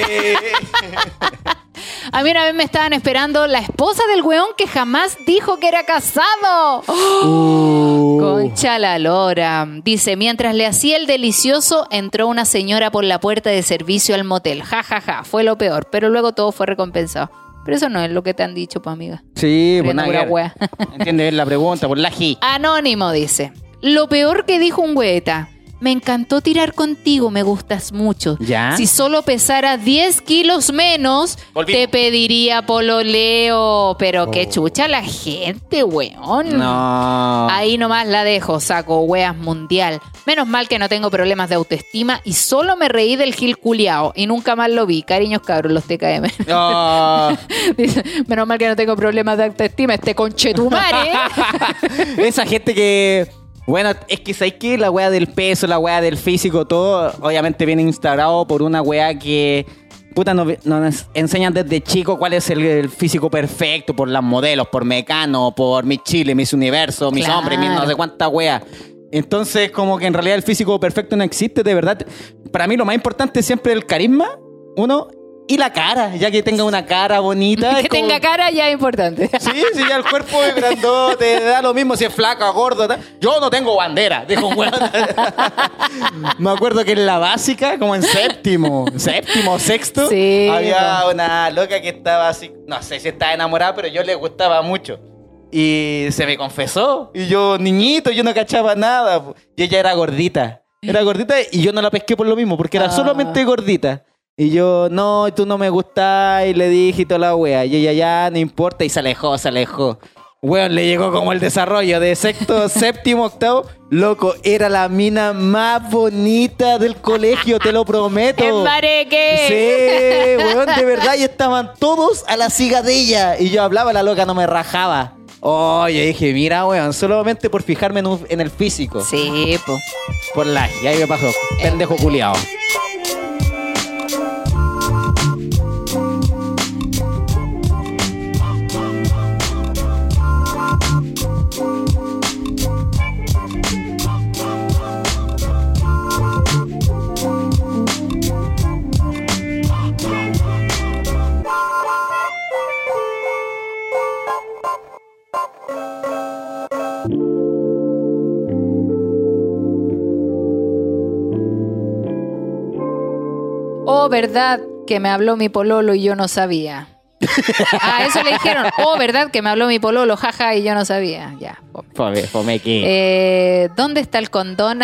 A mí una vez me estaban esperando la esposa del weón que jamás dijo que era casado. Concha la lora. Dice, mientras le hacía el delicioso, entró una señora por la puerta de servicio al motel. Ja, ja, ja. Fue lo peor, pero luego todo fue recompensado. Pero eso no es lo que te han dicho, pues, amiga. Sí, pues Friendo nada pura que ver. wea. ¿Entiendes la pregunta? Por la G. Anónimo dice, lo peor que dijo un hueta. Me encantó tirar contigo, me gustas mucho. ¿Ya? Si solo pesara 10 kilos menos, Volvimos. te pediría pololeo. Pero qué chucha la gente, weón. No. Ahí nomás la dejo, saco weas mundial. Menos mal que no tengo problemas de autoestima y solo me reí del Gil culiao y nunca más lo vi. Cariños cabros, los TKM. No. Dice, menos mal que no tengo problemas de autoestima, este conchetumare. Esa gente que... Bueno, es que sabéis que la wea del peso, la wea del físico, todo, obviamente viene instaurado por una wea que... Puta, nos enseñan desde chico cuál es el físico perfecto, por las modelos, por Mecano, por Miss Chile, Miss Universo, Miss Claro. Hombre, Miss no sé cuánta wea. Entonces, como que en realidad el físico perfecto no existe, de verdad. Para mí lo más importante es siempre el carisma, uno, y la cara, ya que tenga una cara bonita. Que es como- tenga cara ya es importante. Sí, sí, ya el cuerpo es grandote, da lo mismo si es flaca, gordo. Yo no tengo bandera, dijo un weón. Me acuerdo que en la básica, como en séptimo, sexto, Sí, había una loca que estaba así, no sé si estaba enamorada, pero yo le gustaba mucho. Y se me confesó. Y yo, niñito, yo no cachaba nada. Y ella era gordita. Era gordita y yo no la pesqué por lo mismo, porque era solamente gordita. Y yo, no, tú no me gustás, y le dije y toda la wea. Y ella, ya, no importa, y se alejó. Weón, le llegó como el desarrollo de sexto, séptimo, octavo. Loco, era la mina más bonita del colegio, te lo prometo. ¡Embareque! Sí, weón, de verdad, y estaban todos a la siga de ella. Y yo hablaba, la loca no me rajaba. Oh, yo dije, mira, weón, solamente por fijarme en el físico. Sí, po. Por la, y ahí me pasó, pendejo culiao. Oh, verdad que me habló mi pololo y yo no sabía. Eso le dijeron. Oh, verdad que me habló mi pololo, jaja, y yo no sabía. Ya. Fome aquí. ¿Dónde está el condón?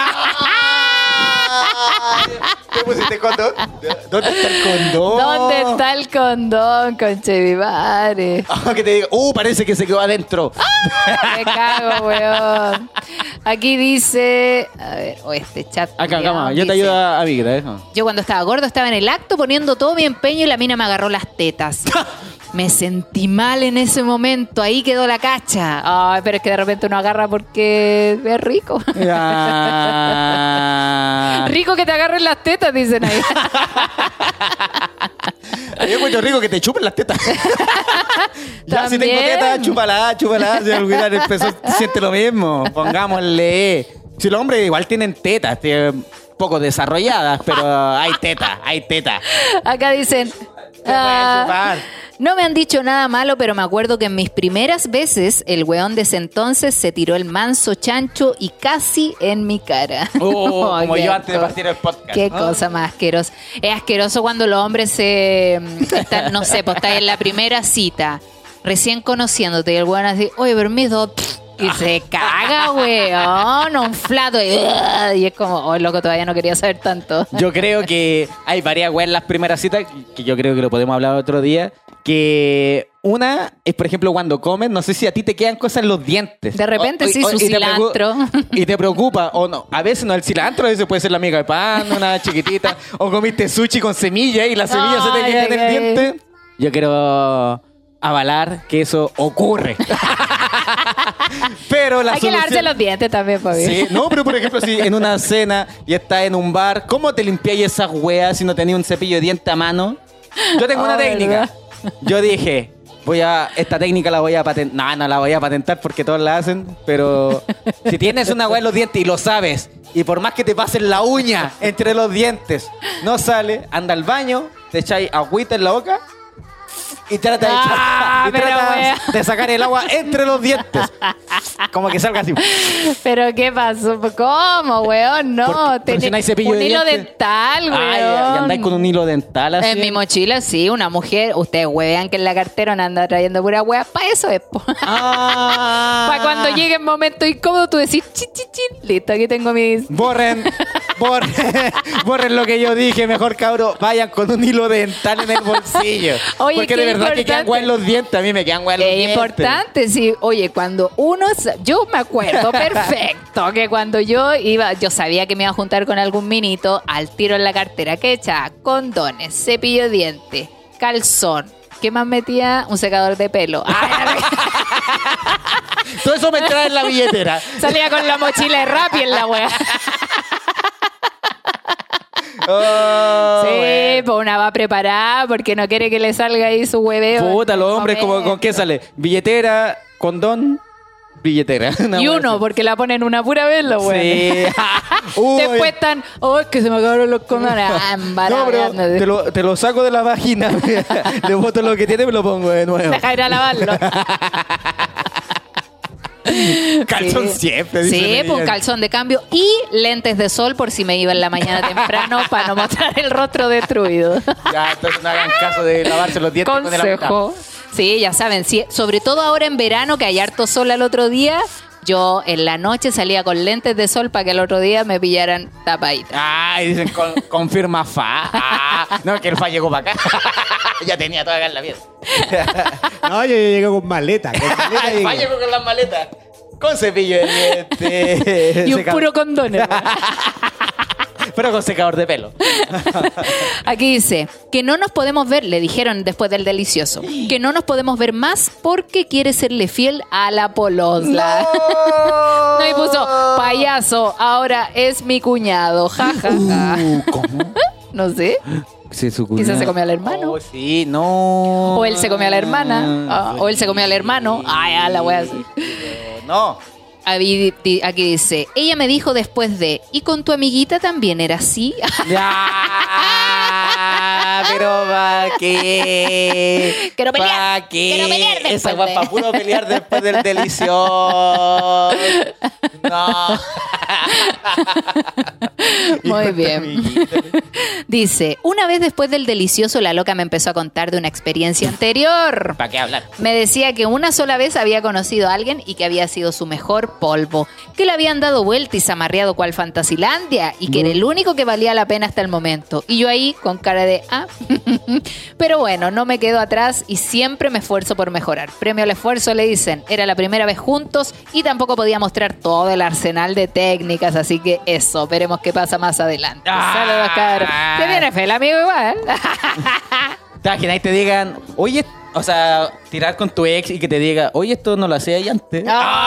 ¿Qué pusiste condón? ¿Dónde está el condón? ¿Dónde está el condón, conche mi madre? Que te digo, parece que se quedó adentro. Me cago, weón. Aquí dice, a ver, este chat. Acá, culiao, yo te dice, ayudo a mí, ¿no? yo cuando estaba gordo estaba en el acto poniendo todo mi empeño y la mina me agarró las tetas. Me sentí mal en ese momento, ahí quedó la cacha. Ay, pero es que de repente uno agarra porque es rico. Rico que te agarren las tetas, dicen ahí. Es muy rico que te chupen las tetas. Ya, si tengo También. tetas, chúpala. Si olvidar el peso, siente lo mismo. Pongámosle. Si los hombres igual tienen tetas, poco desarrolladas, pero hay tetas. Acá dicen... chupar. No me han dicho nada malo, pero me acuerdo que en mis primeras veces el weón de ese entonces se tiró el manso chancho y casi en mi cara. Como Qué yo antes de cosa- partir el podcast. Qué cosa más asquerosa. Es asqueroso cuando los hombres están, no sé, pues está en la primera cita, recién conociéndote y el weón así, oye, permiso, y se caga, weón, un flato y es como, oh, loco, todavía no quería saber tanto. Yo creo que hay varias weas en las primeras citas, que yo creo que lo podemos hablar otro día, que una es, por ejemplo, cuando comes, no sé si a ti te quedan cosas en los dientes. De repente sí, su y te cilantro. y te preocupa, o no. A veces no el cilantro, a veces puede ser la miga de pan, una chiquitita, o comiste sushi con semilla y la semilla se te Ay, queda en te el caí. diente. Yo quiero avalar que eso ocurre. Pero la Hay que lavarse solución... los dientes también, Fabi. Sí, no, pero por ejemplo, si en una cena y estás en un bar, ¿cómo te limpiáis esas weas si no tenías un cepillo de diente a mano? Yo tengo una técnica. ¿verdad? Yo dije, esta técnica la voy a patentar. No la voy a patentar porque todos la hacen, pero si tienes una wea en los dientes y lo sabes, y por más que te pasen la uña entre los dientes, no sale, anda al baño, te echáis agüita en la boca y trata de, pero wea. de sacar el agua entre los dientes. Como que salga así. Pero ¿qué pasó? ¿Cómo, weón? No, Porque si no hay cepillo un de hilo dientes. dental, weón. Ay, y andáis con un hilo dental así. En mi mochila, sí, una mujer. Ustedes wean que en la cartera no anda trayendo pura wea. Para eso es, po. Para cuando llegue el momento incómodo, tú decís, chin, chin, chin. Listo, aquí tengo mis... Borren lo que yo dije, mejor cabrón, vayan con un hilo dental en el bolsillo. Oye, porque qué de verdad que quedan importante. guay en los dientes, a mí me quedan guay en los Es dientes. importante, sí. Oye, cuando yo me acuerdo perfecto que cuando yo sabía que me iba a juntar con algún minito, al tiro en la cartera, que echaba condones, cepillo de dientes, calzón. ¿Qué más metía? Un secador de pelo. Todo eso me trae en la billetera. Salía con la mochila de Rappi en la wea. Oh, Sí, bueno. pues una va preparada porque no quiere que le salga ahí su hueveo. Puta, los hombres, ¿con qué sale? Billetera, condón, billetera. Una Y wea uno, así. porque la ponen una pura vez, los Sí. Uy. Después están, es que se me acabaron los condones. No, pero te lo saco de la vagina. Le boto lo que tiene y me lo pongo de nuevo. Deja ir a lavarlo. Calzón Sí. siempre. dice Sí, mi pues un niña. calzón de cambio y lentes de sol por si me iba en la mañana temprano para no mostrar el rostro destruido. Ya, entonces no hagan caso de lavarse los dientes con el Consejo. Sí, ya saben, sí, sobre todo ahora en verano que hay harto sol al otro día, Yo en la noche salía con lentes de sol para que el otro día me pillaran tapadita. Ah, y dicen, confirma fa. Ah, no, que el fa llegó para acá. Ya tenía toda acá en la pieza. No, yo llegué con maleta. Con maleta El fa llegué. llegó con las maletas. Con cepillo de dientes. Y un puro condón. Pero con secador de pelo. Aquí dice que no nos podemos ver, le dijeron después del delicioso, que no nos podemos ver más porque quiere serle fiel a la polosla. No, y puso, payaso, ahora es mi cuñado. Ja, ja, ja. ¿Cómo? No sé. Sí, su Quizás se comió al hermano. Oh, sí, no. O él se comió a la hermana. O él se comió al hermano. Ay, a la wea así. No. Aquí dice, ella me dijo después de, ¿y con tu amiguita también era así? Ya, pero ¿para qué? Quiero pelear, ¿Pa' qué? quiero pelear después Esa de- guapa para puro pelear después del delicioso. No. Muy bien. Dice, una vez después del delicioso, la loca me empezó a contar de una experiencia anterior. ¿Para qué hablar? Me decía que una sola vez había conocido a alguien y que había sido su mejor polvo, que le habían dado vuelta y zamarreado cual Fantasilandia y que era el único que valía la pena hasta el momento. Y yo ahí con cara de, pero bueno, no me quedo atrás y siempre me esfuerzo por mejorar. Premio al esfuerzo, le dicen. Era la primera vez juntos y tampoco podía mostrar todo el arsenal de técnicas, así que eso, veremos qué pasa más adelante. Saludos, cabrón. Te viene fe el amigo igual. ¿Te imaginas y te digan, oye, o sea, tirar con tu ex y que te diga, oye, esto no lo hacía ahí antes?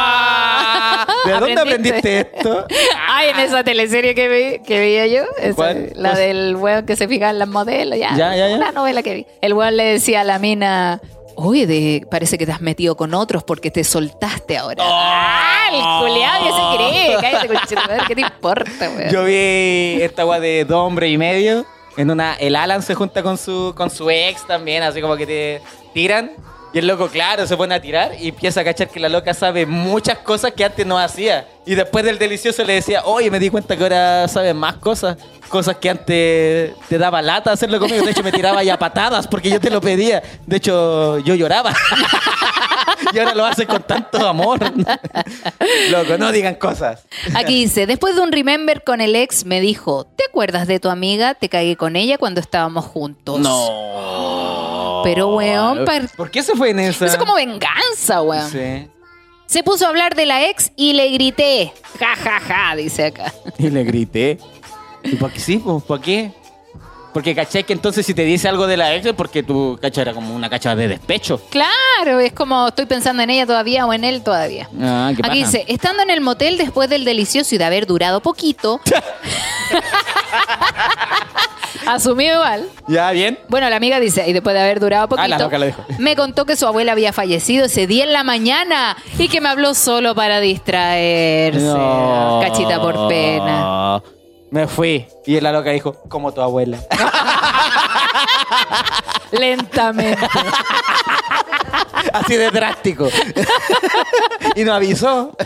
¿De dónde aprendiste esto? Ay, en esa teleserie que veía yo, esa, ¿Cuál? la Pues- del weón que se fijaba en las modelos, ya, Ya. una novela que vi. El weón le decía a la mina, oye, parece que te has metido con otros porque te soltaste ahora. El culiado que se cree, cállate, conchetumare, ¿qué te importa, weón? Yo vi esta weá de 2 hombres y medio. En una, el Alan se junta con su ex también, así como que te tiran. Y el loco, claro, se pone a tirar y empieza a cachar que la loca sabe muchas cosas que antes no hacía. Y después del delicioso le decía, oye, me di cuenta que ahora sabes más cosas. Cosas que antes te daba lata hacerlo conmigo. De hecho, me tiraba ya patadas porque yo te lo pedía. De hecho, yo lloraba. Y ahora lo hace con tanto amor. Loco, no digan cosas. Aquí dice, después de un remember con el ex, me dijo, ¿te acuerdas de tu amiga? Te cagué con ella cuando estábamos juntos. No. Pero, weón, ¿Por qué se fue en esa? eso es como venganza, weón. Sí. Se puso a hablar de la ex y le grité. Ja, ja, ja, dice acá. Y le grité. ¿Y para qué sí? ¿Para qué? Porque caché que entonces si te dice algo de la ex es porque tu cacha era como una cacha de despecho. Claro, es como estoy pensando en ella todavía o en él todavía. Ah, ¿qué Aquí pasa? dice, estando en el motel después del delicioso y de haber durado poquito. Asumió igual. ¿Ya bien? Bueno, la amiga dice, y después de haber durado poquito, la loca lo dijo. me contó que su abuela había fallecido ese día en la mañana y que me habló solo para distraerse. No. Cachita por pena. Me fui. Y la loca dijo, como tu abuela. Lentamente. Así de drástico. Y no avisó.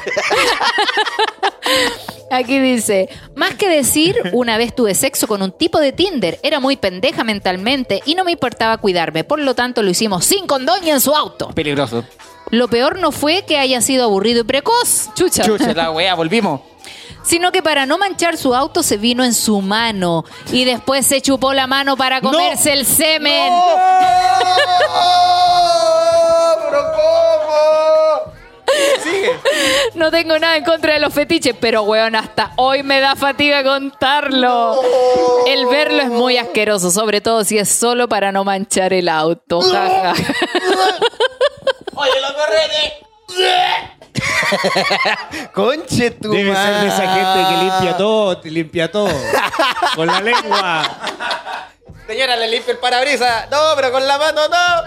Aquí dice, más que decir, una vez tuve sexo con un tipo de Tinder, era muy pendeja mentalmente y no me importaba cuidarme, por lo tanto lo hicimos sin condón y en su auto. Peligroso. Lo peor no fue que haya sido aburrido y precoz, chucha, Chucha, la wea, volvimos. sino que para no manchar su auto se vino en su mano y después se chupó la mano para comerse el semen. ¿Pero cómo? Sigue. No tengo nada en contra de los fetiches, pero weón, hasta hoy me da fatiga contarlo. El verlo es muy asqueroso, sobre todo si es solo para no manchar el auto. Jaja. Oye, lo correte. Conche tu Debe ser de esa gente que limpia todo. todo, te limpia todo. Con la lengua. Señora, le limpio el parabrisas. No, pero con la mano no.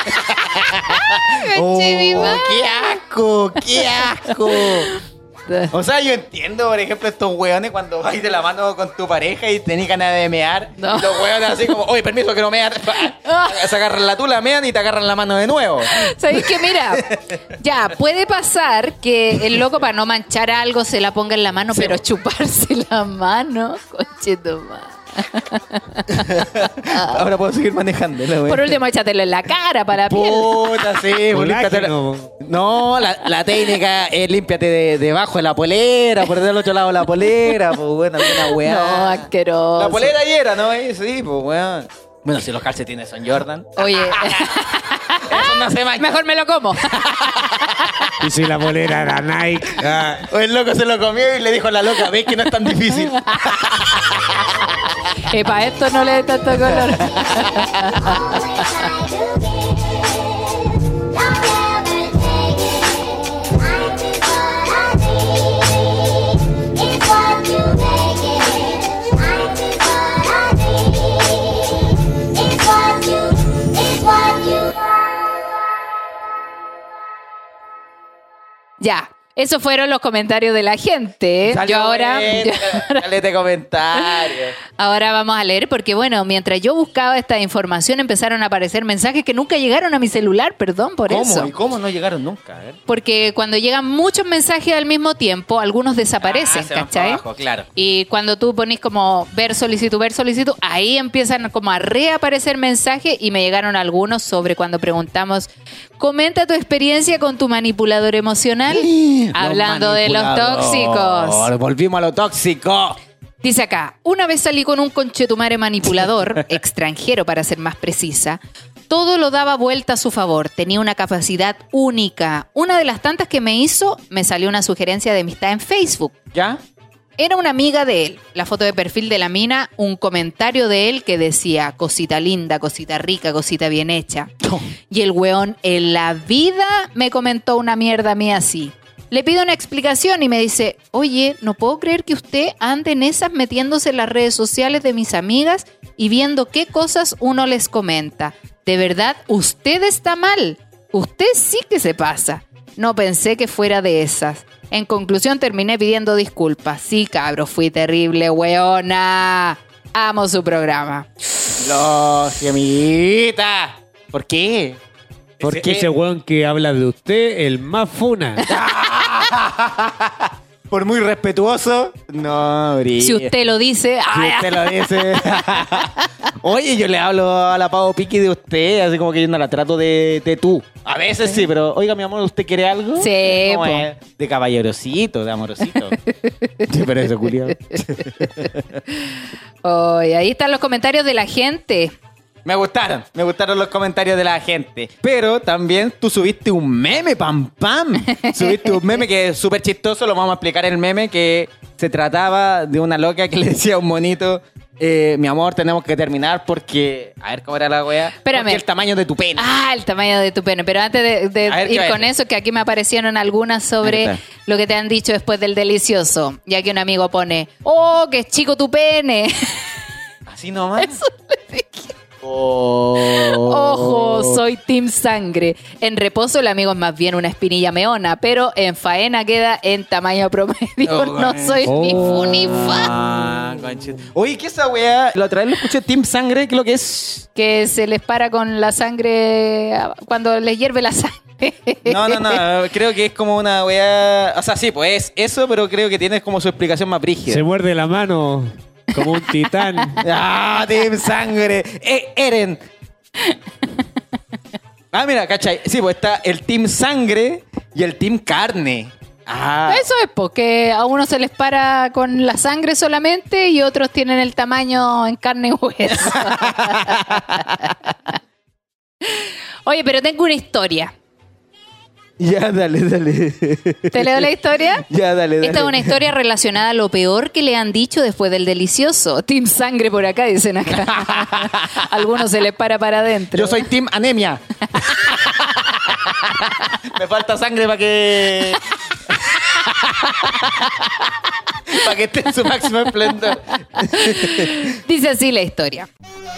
Conche mi madre. ¡Qué asco! ¡Qué asco! O sea, yo entiendo, por ejemplo, estos hueones cuando vais de la mano con tu pareja y tenés ganas de mear. No. Y los hueones así como, oye, permiso que no mean. Se agarran la tula, mean y te agarran la mano de nuevo. ¿Sabéis que mira? Ya, puede pasar que el loco para no manchar algo se la ponga en la mano, Sí. pero chuparse la mano, conche tu madre. Ahora puedo seguir manejando. Por último, échatelo en la cara para la piel. Puta, sí. pues, Colágeno. límpiatelo. No, la técnica es límpiate debajo de la polera, por del otro lado de la polera, pues bueno, alguna weá. No, asqueroso. La polera ahí era, ¿no? Sí, pues weón. Bueno, si los calcetines son Jordan. Oye, Eso no se mancha. mejor me lo como. Y si la polera era Nike. O el loco se lo comió y le dijo a la loca, ves que no es tan difícil. Para esto no le dé tanto color. Ya, esos fueron los comentarios de la gente. Salió Yo ahora... bueno, caleta de comentarios. Ahora vamos a leer porque, bueno, mientras yo buscaba esta información empezaron a aparecer mensajes que nunca llegaron a mi celular, perdón por ¿Cómo? eso. ¿Y cómo no llegaron nunca? A ver. Porque cuando llegan muchos mensajes al mismo tiempo, algunos desaparecen, Se van ¿cachai? para abajo, claro. Y cuando tú ponís como ver solicitud, ahí empiezan como a reaparecer mensajes y me llegaron algunos sobre cuando preguntamos, comenta tu experiencia con tu manipulador emocional, hablando de los tóxicos. Volvimos a lo tóxico. Dice acá, una vez salí con un conchetumare manipulador, extranjero para ser más precisa, todo lo daba vuelta a su favor, tenía una capacidad única. Una de las tantas que me hizo, me salió una sugerencia de amistad en Facebook. ¿Ya? Era una amiga de él, la foto de perfil de la mina, un comentario de él que decía, cosita linda, cosita rica, cosita bien hecha. Y el weón en la vida me comentó una mierda a mí así. Le pido una explicación y me dice, oye, no puedo creer que usted ande en esas metiéndose en las redes sociales de mis amigas y viendo qué cosas uno les comenta. De verdad, usted está mal. Usted sí que se pasa. No pensé que fuera de esas. En conclusión, terminé pidiendo disculpas. Sí, cabro, fui terrible, weona. Amo su programa. Logia, amiguita. ¿Por qué? ¿Por qué? Ese weón que habla de usted, el más funa. Por muy respetuoso, no, brilla. Si usted lo dice... Si usted lo dice. Oye, yo le hablo a la Pau Piqui de usted, así como que yo no la trato de tú. A veces sí, pero oiga, mi amor, ¿usted quiere algo? Sí, ¿Cómo po. es? De caballerosito, de amorosito. Sí, pero eso, culiao. Oye, ahí están los comentarios de la gente. Me gustaron los comentarios de la gente. Pero también tú subiste un meme, pam. Subiste un meme que es súper chistoso, lo vamos a explicar el meme, que se trataba de una loca que le decía a un monito, mi amor, tenemos que terminar porque... A ver cómo era la wea. Espérame. Porque el tamaño de tu pene. Ah, el tamaño de tu pene. Pero antes de A ver, ir ¿qué con va? eso, que aquí me aparecieron algunas Ahí sobre está. lo que te han dicho después del delicioso. Ya que un amigo pone, oh, qué chico tu pene. Así nomás. Eso le dije. Oh. Ojo, soy team sangre. En reposo el amigo es más bien una espinilla meona, pero en faena queda en tamaño promedio. Oh, No soy ni fu ni fa. Ah, conchito. Oye, ¿qué esa wea? La otra vez lo escuché, Team Sangre, ¿qué es lo que es? Que se les para con la sangre cuando les hierve la sangre. No, creo que es como una wea... O sea, sí, pues es eso, pero creo que tiene como su explicación más brígida. Se muerde la mano como un titán. ¡Ah, Team Sangre! ¡Eren! Ah, mira, ¿cachai? Sí, pues está el Team Sangre y el Team Carne. Ah, Eso es porque a unos se les para con la sangre solamente y otros tienen el tamaño en carne y hueso. Oye, pero tengo una historia. ya, dale. ¿Te leo la historia? Ya, dale. Esta es una historia relacionada a lo peor que le han dicho después del delicioso. Team sangre por acá, dicen acá. A algunos se les para adentro. Yo soy Team Anemia. Me falta sangre para que... para que esté en su máximo esplendor. Dice así la historia.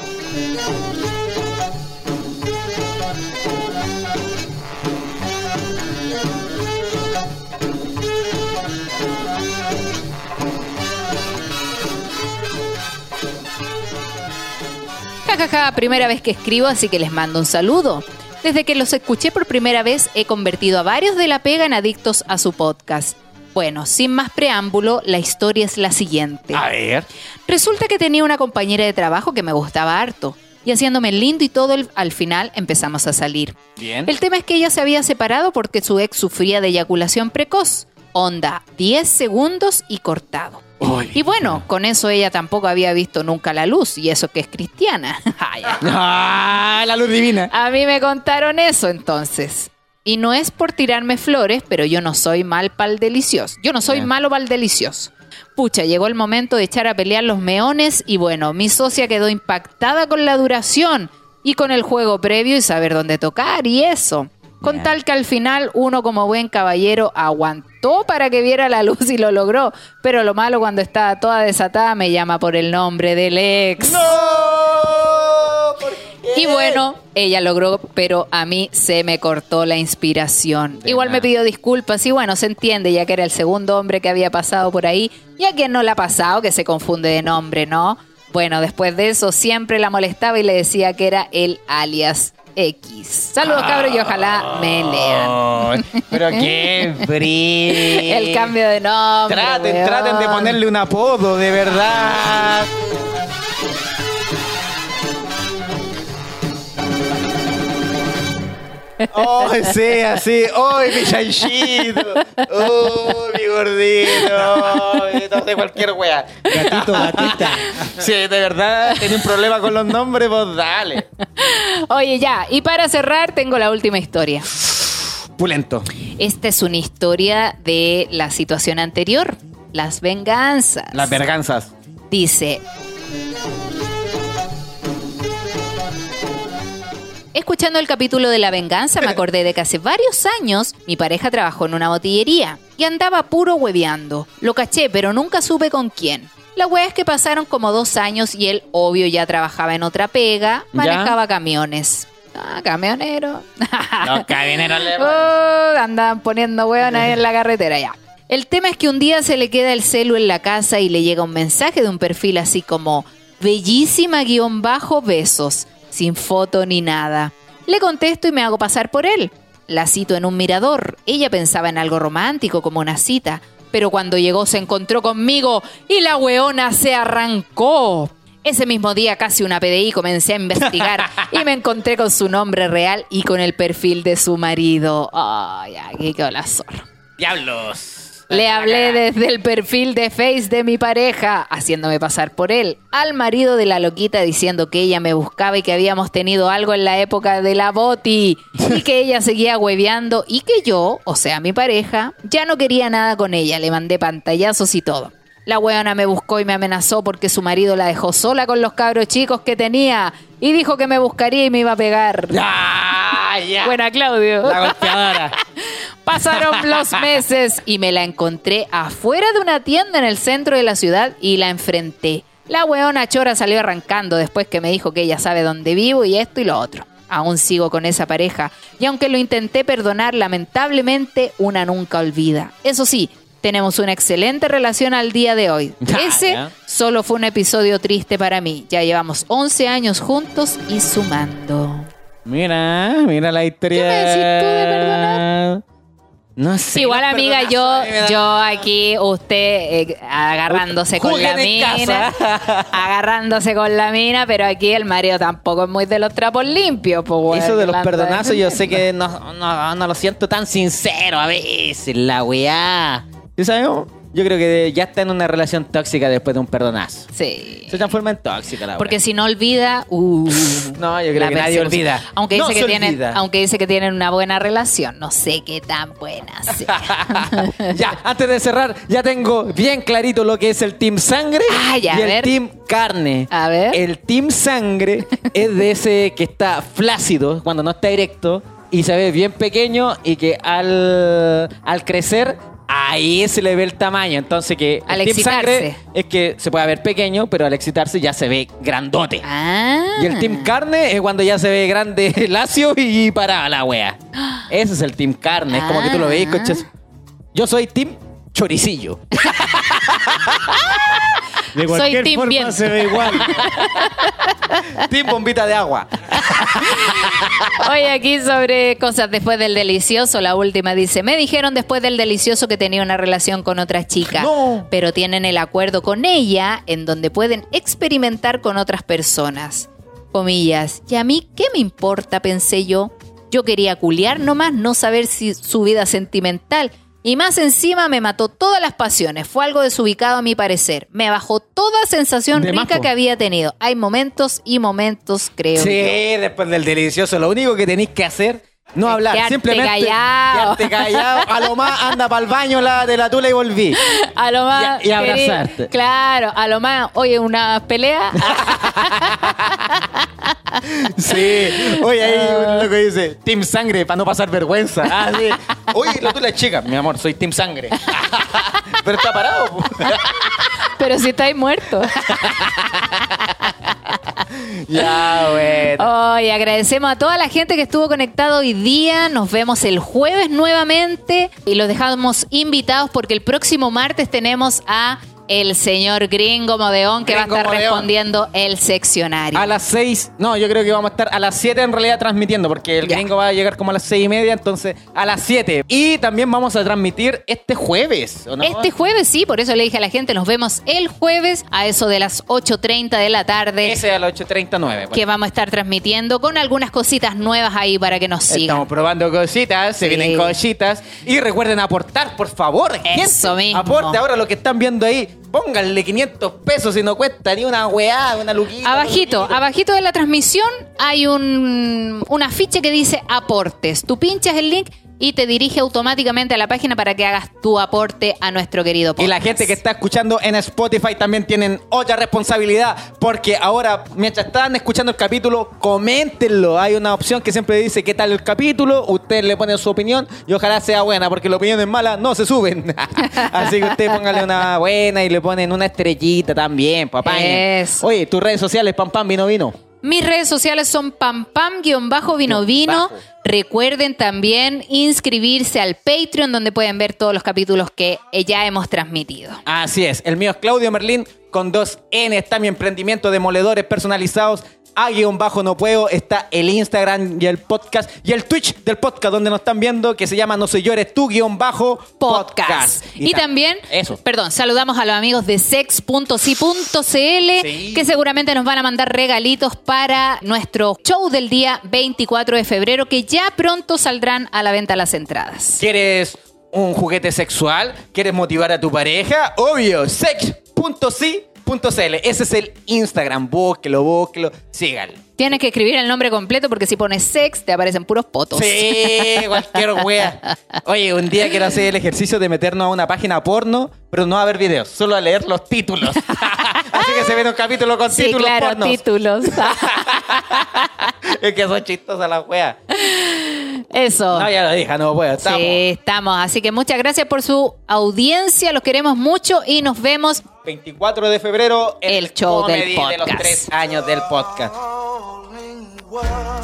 Jajaja, primera vez que escribo, así que les mando un saludo. Desde que los escuché por primera vez, he convertido a varios de la pega en adictos a su podcast. Bueno, sin más preámbulo, la historia es la siguiente. A ver. Resulta que tenía una compañera de trabajo que me gustaba harto. Y haciéndome lindo y todo, al final empezamos a salir. Bien. El tema es que ella se había separado porque su ex sufría de eyaculación precoz. Onda, 10 segundos y cortado. Uy. Y bueno, con eso ella tampoco había visto nunca la luz, y eso que es cristiana. Ay, ¡Ah, la luz divina! a mí me contaron eso entonces. Y no es por tirarme flores, pero yo no soy mal pa'l delicioso. Yo no soy Bien. malo pa'l delicioso. Pucha, llegó el momento de echar a pelear los meones y bueno, mi socia quedó impactada con la duración y con el juego previo y saber dónde tocar y eso. Con Bien. tal que al final uno como buen caballero aguantó para que viera la luz y lo logró. Pero lo malo cuando estaba toda desatada me llama por el nombre del ex. ¡No! ¿Por qué? Y bueno, ella logró, pero a mí se me cortó la inspiración. De Igual nada. me pidió disculpas y bueno, se entiende ya que era el segundo hombre que había pasado por ahí. Y a quien no la ha pasado, que se confunde de nombre, ¿no? Bueno, después de eso siempre la molestaba y le decía que era el alias X. Saludos, cabros, y ojalá me lean. Ay, pero qué brillo. El cambio de nombre. weón. Traten de ponerle un apodo, de verdad. ¡Oh, sí, así! ¡Oh, mi chanchito! ¡Oh, mi gordito! No sé, cualquier wea. Gatito, gatita. Sí, de verdad, tenía un problema con los nombres, pues dale. Oye, ya, y para cerrar tengo la última historia. Pulento. Esta es una historia de la situación anterior, las venganzas. Las verganzas. Dice: escuchando el capítulo de la venganza me acordé de que hace varios años mi pareja trabajó en una botillería y andaba puro hueveando. Lo caché, pero nunca supe con quién. La wea es que pasaron como 2 años y él, obvio, ya trabajaba en otra pega, manejaba camiones. Ah, camionero. Los camioneros le... Andaban poniendo hueones ahí en la carretera ya. El tema es que un día se le queda el celu en la casa y le llega un mensaje de un perfil así como bellísima_besos, sin foto ni nada. Le contesto y me hago pasar por él. La cito en un mirador. Ella pensaba en algo romántico como una cita, pero cuando llegó se encontró conmigo y la hueona se arrancó. Ese mismo día, casi una PDI, comencé a investigar y me encontré con su nombre real y con el perfil de su marido. Ay, aquí quedó la zorra. ¡Diablos! Le hablé desde el perfil de Face de mi pareja, haciéndome pasar por él, al marido de la loquita diciendo que ella me buscaba y que habíamos tenido algo en la época de la boti y que ella seguía hueveando y que yo, o sea mi pareja, ya no quería nada con ella. Le mandé pantallazos y todo. La hueona me buscó y me amenazó porque su marido la dejó sola con los cabros chicos que tenía y dijo que me buscaría y me iba a pegar. Ya. Buena, Claudio. La golpeadora. Pasaron los meses y me la encontré afuera de una tienda en el centro de la ciudad y la enfrenté. La weona chora salió arrancando después que me dijo que ella sabe dónde vivo y esto y lo otro. Aún sigo con esa pareja y aunque lo intenté perdonar, lamentablemente una nunca olvida. Eso sí, tenemos una excelente relación al día de hoy. Ese ya. solo fue un episodio triste para mí. Ya llevamos 11 años juntos y sumando. Mira la historia. ¿Qué me decís tú de perdonar? No sé. Igual, los amiga, perdonazos a mí me dan- yo aquí, usted agarrándose con la Juzguen en mina, casa. agarrándose con la mina, pero aquí el marido tampoco es muy de los trapos limpios, pues, weón, Eso de los que la anda perdonazos yo sé defendiendo. que no lo siento tan sincero a veces, la weá. ¿Tú sabes? Yo creo que ya está en una relación tóxica después de un perdonazo. Sí. Se transforma en tóxica la weá. Porque si no olvida, No, yo creo la que nadie persecución. olvida. Aunque No dice se que tienen, olvida. aunque dice que tienen una buena relación, no sé qué tan buena sea. Ya, antes de cerrar, ya tengo bien clarito lo que es el Team Sangre Ah, ya, y a el ver. Team Carne. A ver. El Team Sangre es de ese que está flácido cuando no está erecto y se ve bien pequeño y que al crecer ahí se le ve el tamaño. Entonces que Al el Team excitarse. Sangre es que se puede ver pequeño, pero al excitarse ya se ve grandote. Ah. Y el Team Carne es cuando ya se ve grande, lacio y parada la wea. Ese es el Team Carne. Es como que tú lo veis, coches. Yo soy Team Choricillo. De Soy cualquier team forma bien. se ve igual. Team Bombita de Agua. Oye, aquí sobre cosas después del delicioso, la última dice, me dijeron después del delicioso que tenía una relación con otra chica, No. pero tienen el acuerdo con ella en donde pueden experimentar con otras personas. Comillas, ¿y a mí qué me importa? Pensé yo. Yo quería culiar nomás, no saber si su vida sentimental. Y más encima me mató todas las pasiones. Fue algo desubicado a mi parecer. Me bajó toda sensación De rica más, po. que había tenido. Hay momentos y momentos, creo Sí, yo. después del delicioso, lo único que tenéis que hacer, no hablar, quedarte simplemente callado. quedarte callado. A lo más anda para el baño de la tula y volví. A lo más. Y abrazarte. Claro, a lo más. Oye, una pelea. Sí. Oye, ahí un loco dice, Team Sangre, para no pasar vergüenza. Ah, sí. Oye, la tula es chica. Mi amor, soy Team Sangre. Pero está parado. Po. Pero si estáis muertos. Ya, bueno. Hoy agradecemos a toda la gente que estuvo conectado hoy día. Nos vemos el jueves nuevamente y los dejamos invitados porque el próximo martes tenemos a el señor Gringo Modeón que Gringo va a estar Modeón. respondiendo el seccionario. A las 6, no, yo creo que vamos a estar a las 7 en realidad transmitiendo, porque el Ya. gringo va a llegar como a las 6:30, entonces a las 7. Y también vamos a transmitir este jueves, ¿o no? Este jueves, sí, por eso le dije a la gente, nos vemos el jueves a eso de las 8:30 de la tarde. Ese a las 8:39. Que vamos a estar transmitiendo con algunas cositas nuevas ahí para que nos sigan. Estamos probando cositas, se Sí. vienen cositas. Y recuerden aportar, por favor. Eso gente. mismo. Aporte ahora lo que están viendo ahí. Pónganle 500 pesos y no cuesta ni una weá, una luquita. Abajito de la transmisión hay un afiche que dice aportes. Tú pinchas el link y te dirige automáticamente a la página para que hagas tu aporte a nuestro querido Y podcast. la gente que está escuchando en Spotify también tienen otra responsabilidad, porque ahora, mientras están escuchando el capítulo, coméntenlo. Hay una opción que siempre dice qué tal el capítulo, ustedes le ponen su opinión y ojalá sea buena, porque la opinión es mala, no se suben. Así que ustedes pónganle una buena y le ponen una estrellita también, papá. Eso. Oye, tus redes sociales, Pam Pam Vino Vino. Mis redes sociales son pampam_vinovino. Recuerden también inscribirse al Patreon, donde pueden ver todos los capítulos que ya hemos transmitido. Así es, el mío es Claudio Merlín con 2 N, está mi emprendimiento de moledores personalizados. _no puedo, está el Instagram y el podcast y el Twitch del podcast donde nos están viendo, que se llama No Soy Llores Tú Podcast. Y también, saludamos a los amigos de sex.si.cl Sí. que seguramente nos van a mandar regalitos para nuestro show del día 24 de febrero, que ya pronto saldrán a la venta las entradas. ¿Quieres un juguete sexual? ¿Quieres motivar a tu pareja? Obvio, sex.si.cl. Ese es el Instagram, búsquelo, síganlo. Tienes que escribir el nombre completo porque si pones sex te aparecen puros potos. Sí, cualquier wea. Oye, un día quiero hacer el ejercicio de meternos a una página porno, pero no a ver videos, solo a leer los títulos. Así que se viene un capítulo con Sí, títulos claro, pornos. títulos. Es que son chistosas las weas. Eso. No, ya lo dije, no puedo. Estamos. Sí, estamos. Así que muchas gracias por su audiencia. Los queremos mucho y nos vemos 24 de febrero, El show del comedy de los podcast. 3 años del podcast. All in what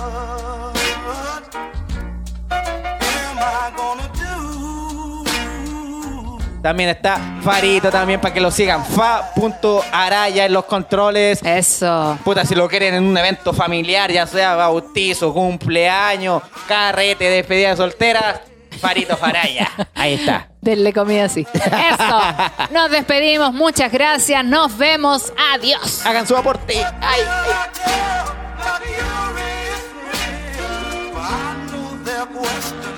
am I gonna do? También está Farito también para que lo sigan. Fa.araya en los controles. Eso. Puta, si lo quieren en un evento familiar, ya sea bautizo, cumpleaños, carrete, despedida de solteras, Farito Faraya. Ahí está. Denle comida así. Eso. Nos despedimos. Muchas gracias. Nos vemos. Adiós. Hagan su aporte. Ay. But you're a friend. I know they're questioning.